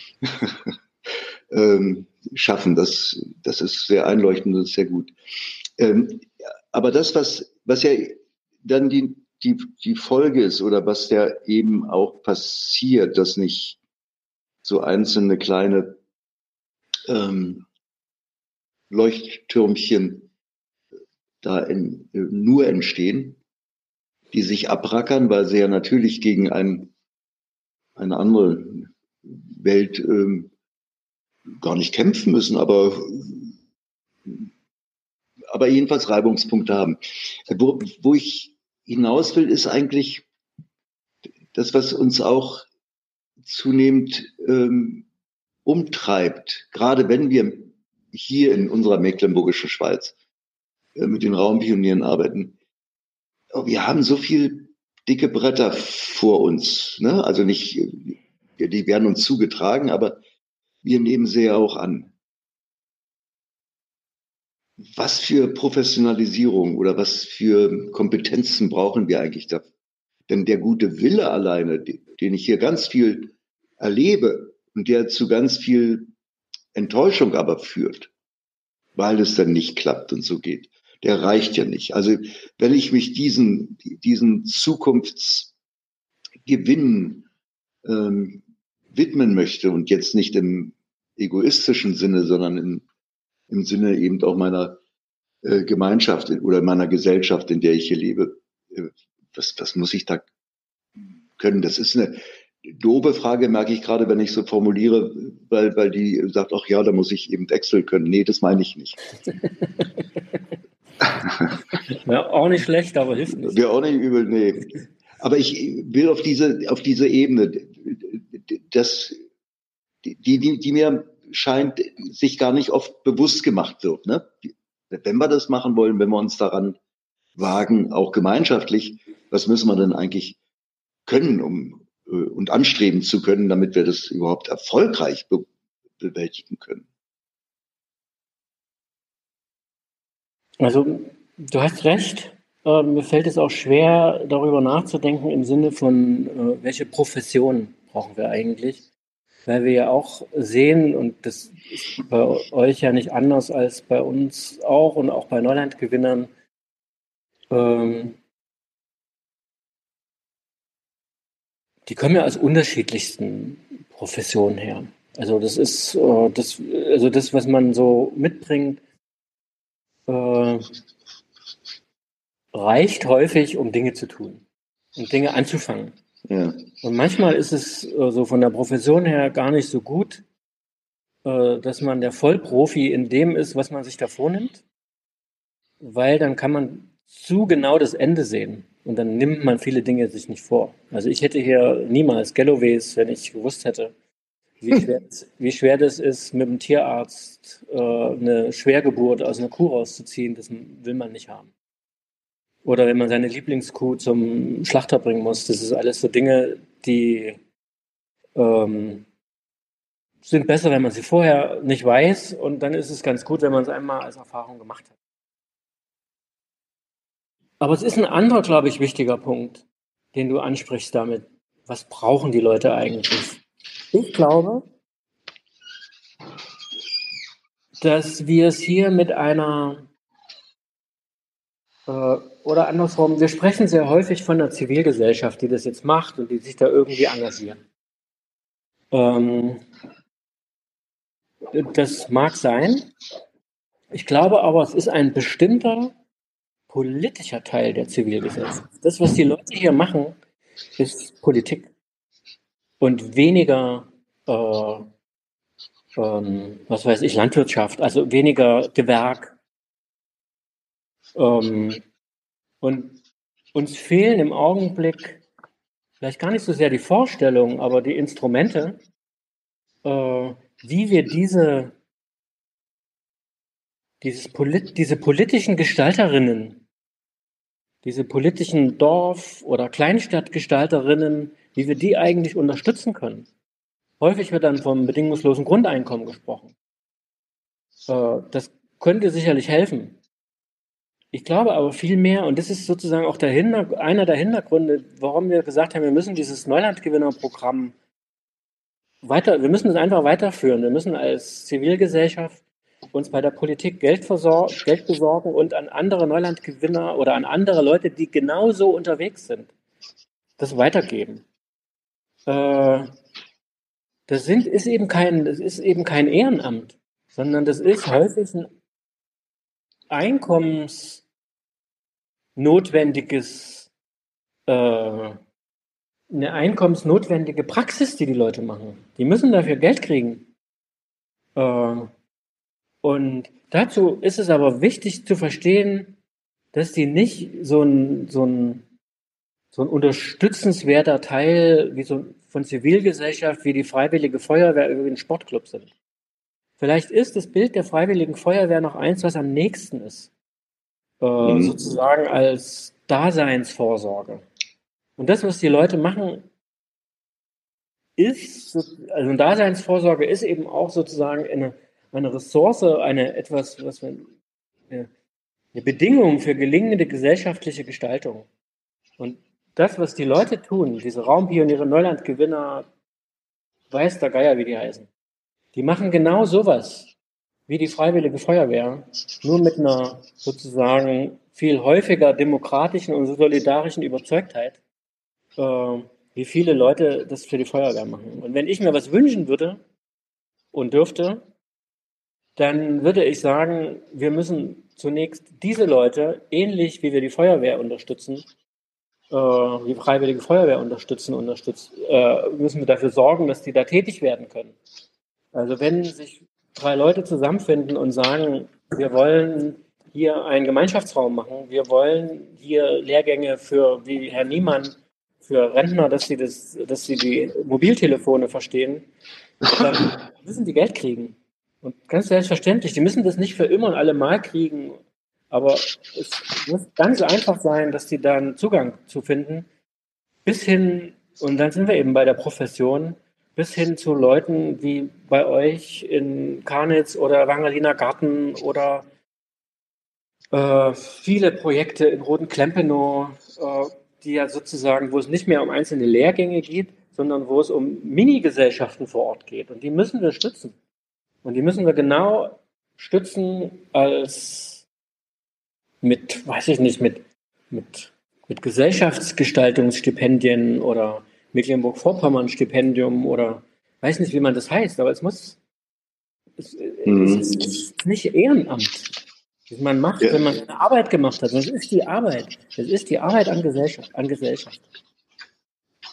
B: Ja. Schaffen. Das, das ist sehr einleuchtend, das ist sehr gut. Ähm, aber das, was, was ja dann die, die, die Folge ist oder was ja eben auch passiert, dass nicht so einzelne kleine ähm, Leuchttürmchen da in, nur entstehen, die sich abrackern, weil sie ja natürlich gegen ein, eine andere Welt ähm, gar nicht kämpfen müssen, aber, aber jedenfalls Reibungspunkte haben. Wo, wo ich hinaus will, ist eigentlich das, was uns auch zunehmend ähm, umtreibt, gerade wenn wir hier in unserer mecklenburgischen Schweiz äh, mit den Raumpionieren arbeiten. Wir haben so viel dicke Bretter vor uns, ne? Also nicht, die werden uns zugetragen, aber wir nehmen sie ja auch an. Was für Professionalisierung oder was für Kompetenzen brauchen wir eigentlich da? Denn der gute Wille alleine, den ich hier ganz viel erlebe und der zu ganz viel Enttäuschung aber führt, weil es dann nicht klappt und so geht, der reicht ja nicht. Also wenn ich mich diesen, diesen Zukunftsgewinn ähm, widmen möchte und jetzt nicht im egoistischen Sinne, sondern im, im Sinne eben auch meiner äh, Gemeinschaft oder meiner Gesellschaft, in der ich hier lebe, äh, was, was muss ich da können? Das ist eine doofe Frage, merke ich gerade, wenn ich so formuliere, weil, weil die sagt, ach ja, da muss ich eben Excel können. Nee, das meine ich nicht.
C: Ja, auch nicht schlecht, aber hilft nicht.
B: Wäre auch nicht übel, nee. Aber ich will auf diese, auf diese Ebene, das, die, die, die mir scheint, sich gar nicht oft bewusst gemacht wird, ne? Wenn wir das machen wollen, wenn wir uns daran wagen, auch gemeinschaftlich, was müssen wir denn eigentlich können, um und anstreben zu können, damit wir das überhaupt erfolgreich be- bewältigen können?
C: Also du hast recht. Äh, mir fällt es auch schwer, darüber nachzudenken im Sinne von, äh, welche Profession brauchen wir eigentlich? Weil wir ja auch sehen, und das ist bei euch ja nicht anders als bei uns auch und auch bei Neulandgewinnern, ähm, die kommen ja aus unterschiedlichsten Professionen her. Also das ist äh, das, also das, was man so mitbringt, äh, reicht häufig, um Dinge zu tun, um Dinge anzufangen.
B: Ja.
C: Und manchmal ist es äh, so von der Profession her gar nicht so gut, äh, dass man der Vollprofi in dem ist, was man sich da vornimmt, weil dann kann man zu genau das Ende sehen und dann nimmt man viele Dinge sich nicht vor. Also ich hätte hier niemals Galloways, wenn ich gewusst hätte, wie schwer, wie schwer das ist, mit dem Tierarzt äh, eine Schwergeburt aus einer Kuh rauszuziehen, das will man nicht haben. Oder wenn man seine Lieblingskuh zum Schlachter bringen muss, das ist alles so Dinge, die ähm, sind besser, wenn man sie vorher nicht weiß, und dann ist es ganz gut, wenn man es einmal als Erfahrung gemacht hat. Aber es ist ein anderer, glaube ich, wichtiger Punkt, den du ansprichst damit. Was brauchen die Leute eigentlich? Ich glaube, dass wir es hier mit einer, äh, oder andersrum, wir sprechen sehr häufig von einer Zivilgesellschaft, die das jetzt macht und die sich da irgendwie engagieren. Ähm, das mag sein. Ich glaube aber, es ist ein bestimmter politischer Teil der Zivilgesellschaft. Das, was die Leute hier machen, ist Politik und weniger, äh, ähm, was weiß ich, Landwirtschaft, also weniger Gewerk. Ähm, und uns fehlen im Augenblick vielleicht gar nicht so sehr die Vorstellungen, aber die Instrumente, äh, wie wir diese, dieses Polit diese politischen Gestalterinnen, diese politischen Dorf- oder Kleinstadtgestalterinnen, wie wir die eigentlich unterstützen können. Häufig wird dann vom bedingungslosen Grundeinkommen gesprochen. Äh, das könnte sicherlich helfen. Ich glaube aber viel mehr, und das ist sozusagen auch der Hinter- einer der Hintergründe, warum wir gesagt haben, wir müssen dieses Neulandgewinnerprogramm weiter, wir müssen es einfach weiterführen. Wir müssen als Zivilgesellschaft uns bei der Politik Geld, versor- Geld besorgen und an andere Neulandgewinner oder an andere Leute, die genauso unterwegs sind, das weitergeben. Äh, das sind, ist eben kein, das ist eben kein Ehrenamt, sondern das ist häufig ein einkommensnotwendiges, äh, eine einkommensnotwendige Praxis, die die Leute machen. Die müssen dafür Geld kriegen. Äh, und dazu ist es aber wichtig zu verstehen, dass die nicht so ein, so ein, so ein unterstützenswerter Teil wie so von Zivilgesellschaft, wie die Freiwillige Feuerwehr über den Sportclub sind. Vielleicht ist das Bild der Freiwilligen Feuerwehr noch eins, was am nächsten ist. Äh, mhm. Sozusagen als Daseinsvorsorge. Und das, was die Leute machen, ist, also eine Daseinsvorsorge ist eben auch sozusagen eine, eine Ressource, eine etwas, was man, eine, eine Bedingung für gelingende gesellschaftliche Gestaltung. Und das, was die Leute tun, diese Raumpioniere, Neulandgewinner, weiß der Geier, wie die heißen, die machen genau sowas wie die Freiwillige Feuerwehr, nur mit einer sozusagen viel häufiger demokratischen und solidarischen Überzeugtheit, äh, wie viele Leute das für die Feuerwehr machen. Und wenn ich mir was wünschen würde und dürfte, dann würde ich sagen, wir müssen zunächst diese Leute, ähnlich wie wir die Feuerwehr unterstützen, äh, die Freiwillige Feuerwehr unterstützen, unterstützen äh, müssen wir dafür sorgen, dass die da tätig werden können. Also wenn sich drei Leute zusammenfinden und sagen, wir wollen hier einen Gemeinschaftsraum machen, wir wollen hier Lehrgänge für, wie Herr Niemann, für Rentner, dass sie, das, dass sie die Mobiltelefone verstehen, dann müssen die Geld kriegen. Und ganz selbstverständlich, die müssen das nicht für immer und alle Mal kriegen, aber es muss ganz einfach sein, dass die da einen Zugang zu finden, bis hin, und dann sind wir eben bei der Profession, bis hin zu Leuten wie bei euch in Karnitz oder Wangerliner Garten oder äh, viele Projekte in Roten-Klempenow, äh, die ja sozusagen, wo es nicht mehr um einzelne Lehrgänge geht, sondern wo es um Mini-Gesellschaften vor Ort geht. Und die müssen wir stützen. Und die müssen wir genau stützen als mit, weiß ich nicht, mit, mit, mit Gesellschaftsgestaltungsstipendien oder Mecklenburg-Vorpommern-Stipendium oder weiß nicht, wie man das heißt, aber es muss, es, mhm. es ist nicht Ehrenamt, das man macht, ja. wenn man eine Arbeit gemacht hat, sondern es ist die Arbeit, es ist die Arbeit an Gesellschaft, an Gesellschaft.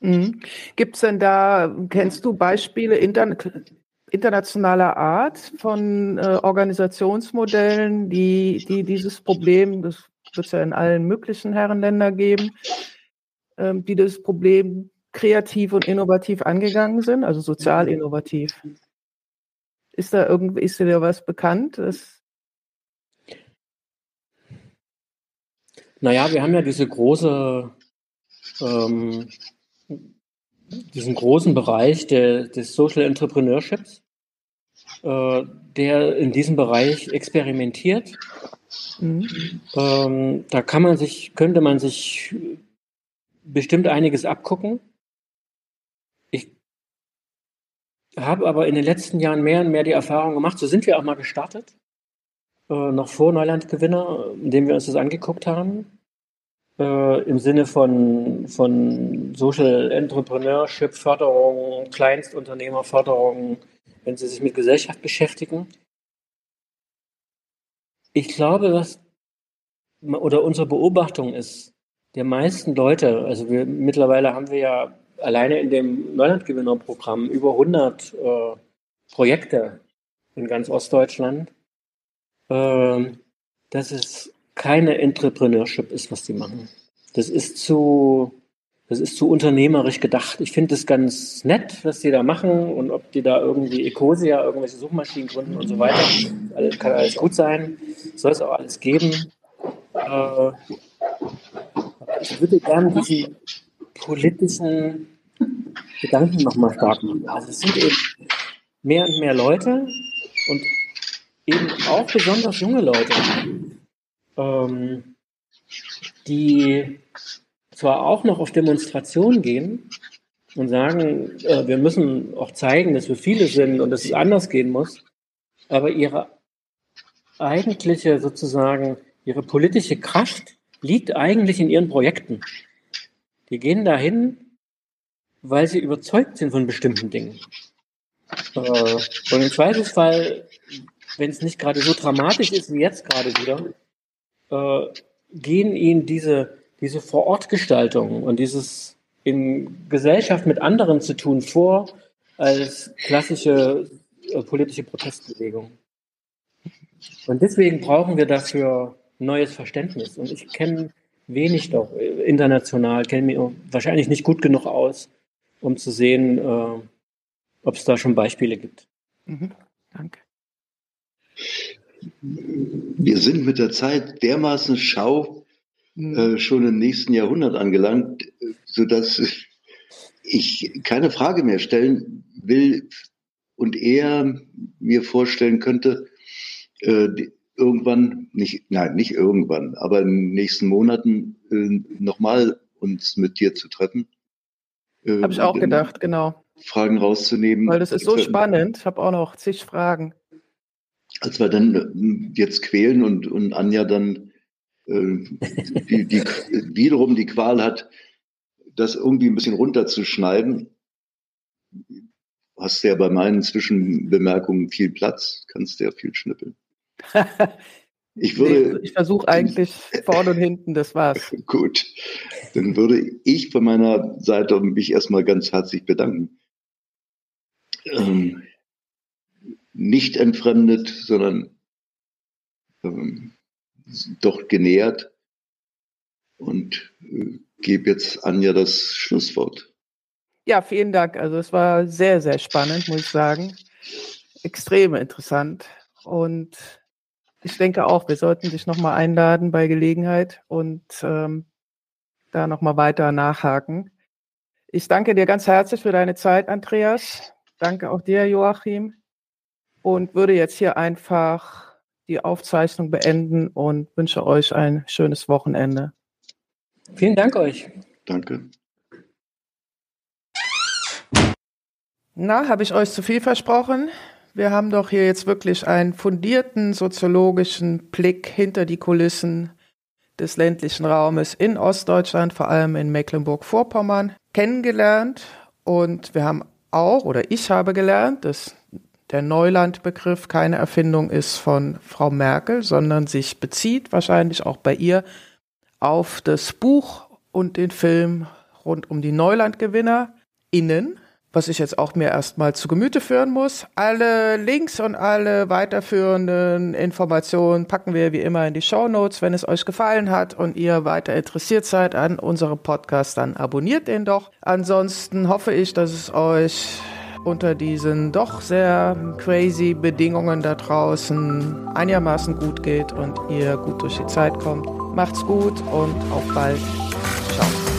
A: Mhm. Gibt es denn da, kennst du Beispiele inter, internationaler Art von äh, Organisationsmodellen, die, die dieses Problem, das wird es ja in allen möglichen Herrenländern geben, ähm, die das Problem kreativ und innovativ angegangen sind, also sozial innovativ? Ist da irgendwie, ist dir da was bekannt? Das
C: Naja, wir haben ja diese große, ähm, diesen großen Bereich der, des Social Entrepreneurships, äh, der in diesem Bereich experimentiert. Mhm. Ähm, da kann man sich, könnte man sich bestimmt einiges abgucken. Ich habe aber in den letzten Jahren mehr und mehr die Erfahrung gemacht, so sind wir auch mal gestartet, äh, noch vor Neulandgewinner, indem wir uns das angeguckt haben. Äh, im Sinne von, von Social Entrepreneurship Förderung, Kleinstunternehmerförderung, wenn sie sich mit Gesellschaft beschäftigen. Ich glaube, dass, oder unsere Beobachtung ist, der meisten Leute, also wir, mittlerweile haben wir ja alleine in dem Neulandgewinnerprogramm über hundert äh, Projekte in ganz Ostdeutschland, äh, dass es keine Entrepreneurship ist, was die machen. Das ist zu, das ist zu unternehmerisch gedacht. Ich finde es ganz nett, was die da machen und ob die da irgendwie Ecosia, irgendwelche Suchmaschinen gründen und so weiter. Alles, kann alles gut sein. Soll es auch alles geben. Äh, ich würde gerne diesen politischen Gedanken nochmal stark machen. Also es sind eben mehr und mehr Leute und eben auch besonders junge Leute, ähm, die zwar auch noch auf Demonstrationen gehen und sagen, äh, wir müssen auch zeigen, dass wir viele sind und dass es anders gehen muss, aber ihre eigentliche sozusagen, ihre politische Kraft liegt eigentlich in ihren Projekten. Die gehen dahin, weil sie überzeugt sind von bestimmten Dingen. Äh, und im Zweifelsfall, wenn es nicht gerade so dramatisch ist wie jetzt gerade wieder, äh, gehen ihnen diese, diese Vorortgestaltung und dieses in Gesellschaft mit anderen zu tun vor als klassische äh, politische Protestbewegung. Und deswegen brauchen wir dafür neues Verständnis. Und ich kenne wenig doch international, kenne mich wahrscheinlich nicht gut genug aus, um zu sehen, äh, ob es da schon Beispiele gibt.
A: Mhm. Danke.
B: Wir sind mit der Zeit dermaßen schau mhm. äh, schon im nächsten Jahrhundert angelangt, sodass ich keine Frage mehr stellen will und eher mir vorstellen könnte, äh, irgendwann, nicht, nein, nicht irgendwann, aber in den nächsten Monaten äh, nochmal uns mit dir zu treffen.
A: Äh, habe ich auch gedacht, genau.
B: Fragen rauszunehmen.
A: Weil das ist so spannend. Ich habe auch noch zig Fragen.
B: Als wir dann jetzt quälen und, und Anja dann äh, die, die, wiederum die Qual hat, das irgendwie ein bisschen runterzuschneiden, hast du ja bei meinen Zwischenbemerkungen viel Platz, kannst du ja viel schnippeln. Ich würde,
A: ich versuche eigentlich vorne und hinten, das war's.
B: Gut, dann würde ich von meiner Seite mich erstmal ganz herzlich bedanken. Ähm, nicht entfremdet, sondern ähm, doch genähert und äh, gebe jetzt Anja das Schlusswort.
A: Ja, vielen Dank. Also es war sehr, sehr spannend, muss ich sagen. Extrem interessant. Und ich denke auch, wir sollten dich nochmal einladen bei Gelegenheit und ähm, da nochmal weiter nachhaken. Ich danke dir ganz herzlich für deine Zeit, Andreas. Danke auch dir, Joachim. Und würde jetzt hier einfach die Aufzeichnung beenden und wünsche euch ein schönes Wochenende.
C: Vielen Dank euch.
B: Danke.
A: Na, habe ich euch zu viel versprochen? Wir haben doch hier jetzt wirklich einen fundierten soziologischen Blick hinter die Kulissen des ländlichen Raumes in Ostdeutschland, vor allem in Mecklenburg-Vorpommern, kennengelernt. Und wir haben auch, oder ich habe gelernt, dass der Neulandbegriff keine Erfindung ist von Frau Merkel, sondern sich bezieht, wahrscheinlich auch bei ihr, auf das Buch und den Film rund um die NeulandgewinnerInnen, was ich jetzt auch mir erstmal zu Gemüte führen muss. Alle Links und alle weiterführenden Informationen packen wir wie immer in die Shownotes. Wenn es euch gefallen hat und ihr weiter interessiert seid an unserem Podcast, dann abonniert den doch. Ansonsten hoffe ich, dass es euch unter diesen doch sehr crazy Bedingungen da draußen einigermaßen gut geht und ihr gut durch die Zeit kommt. Macht's gut und auf bald. Ciao.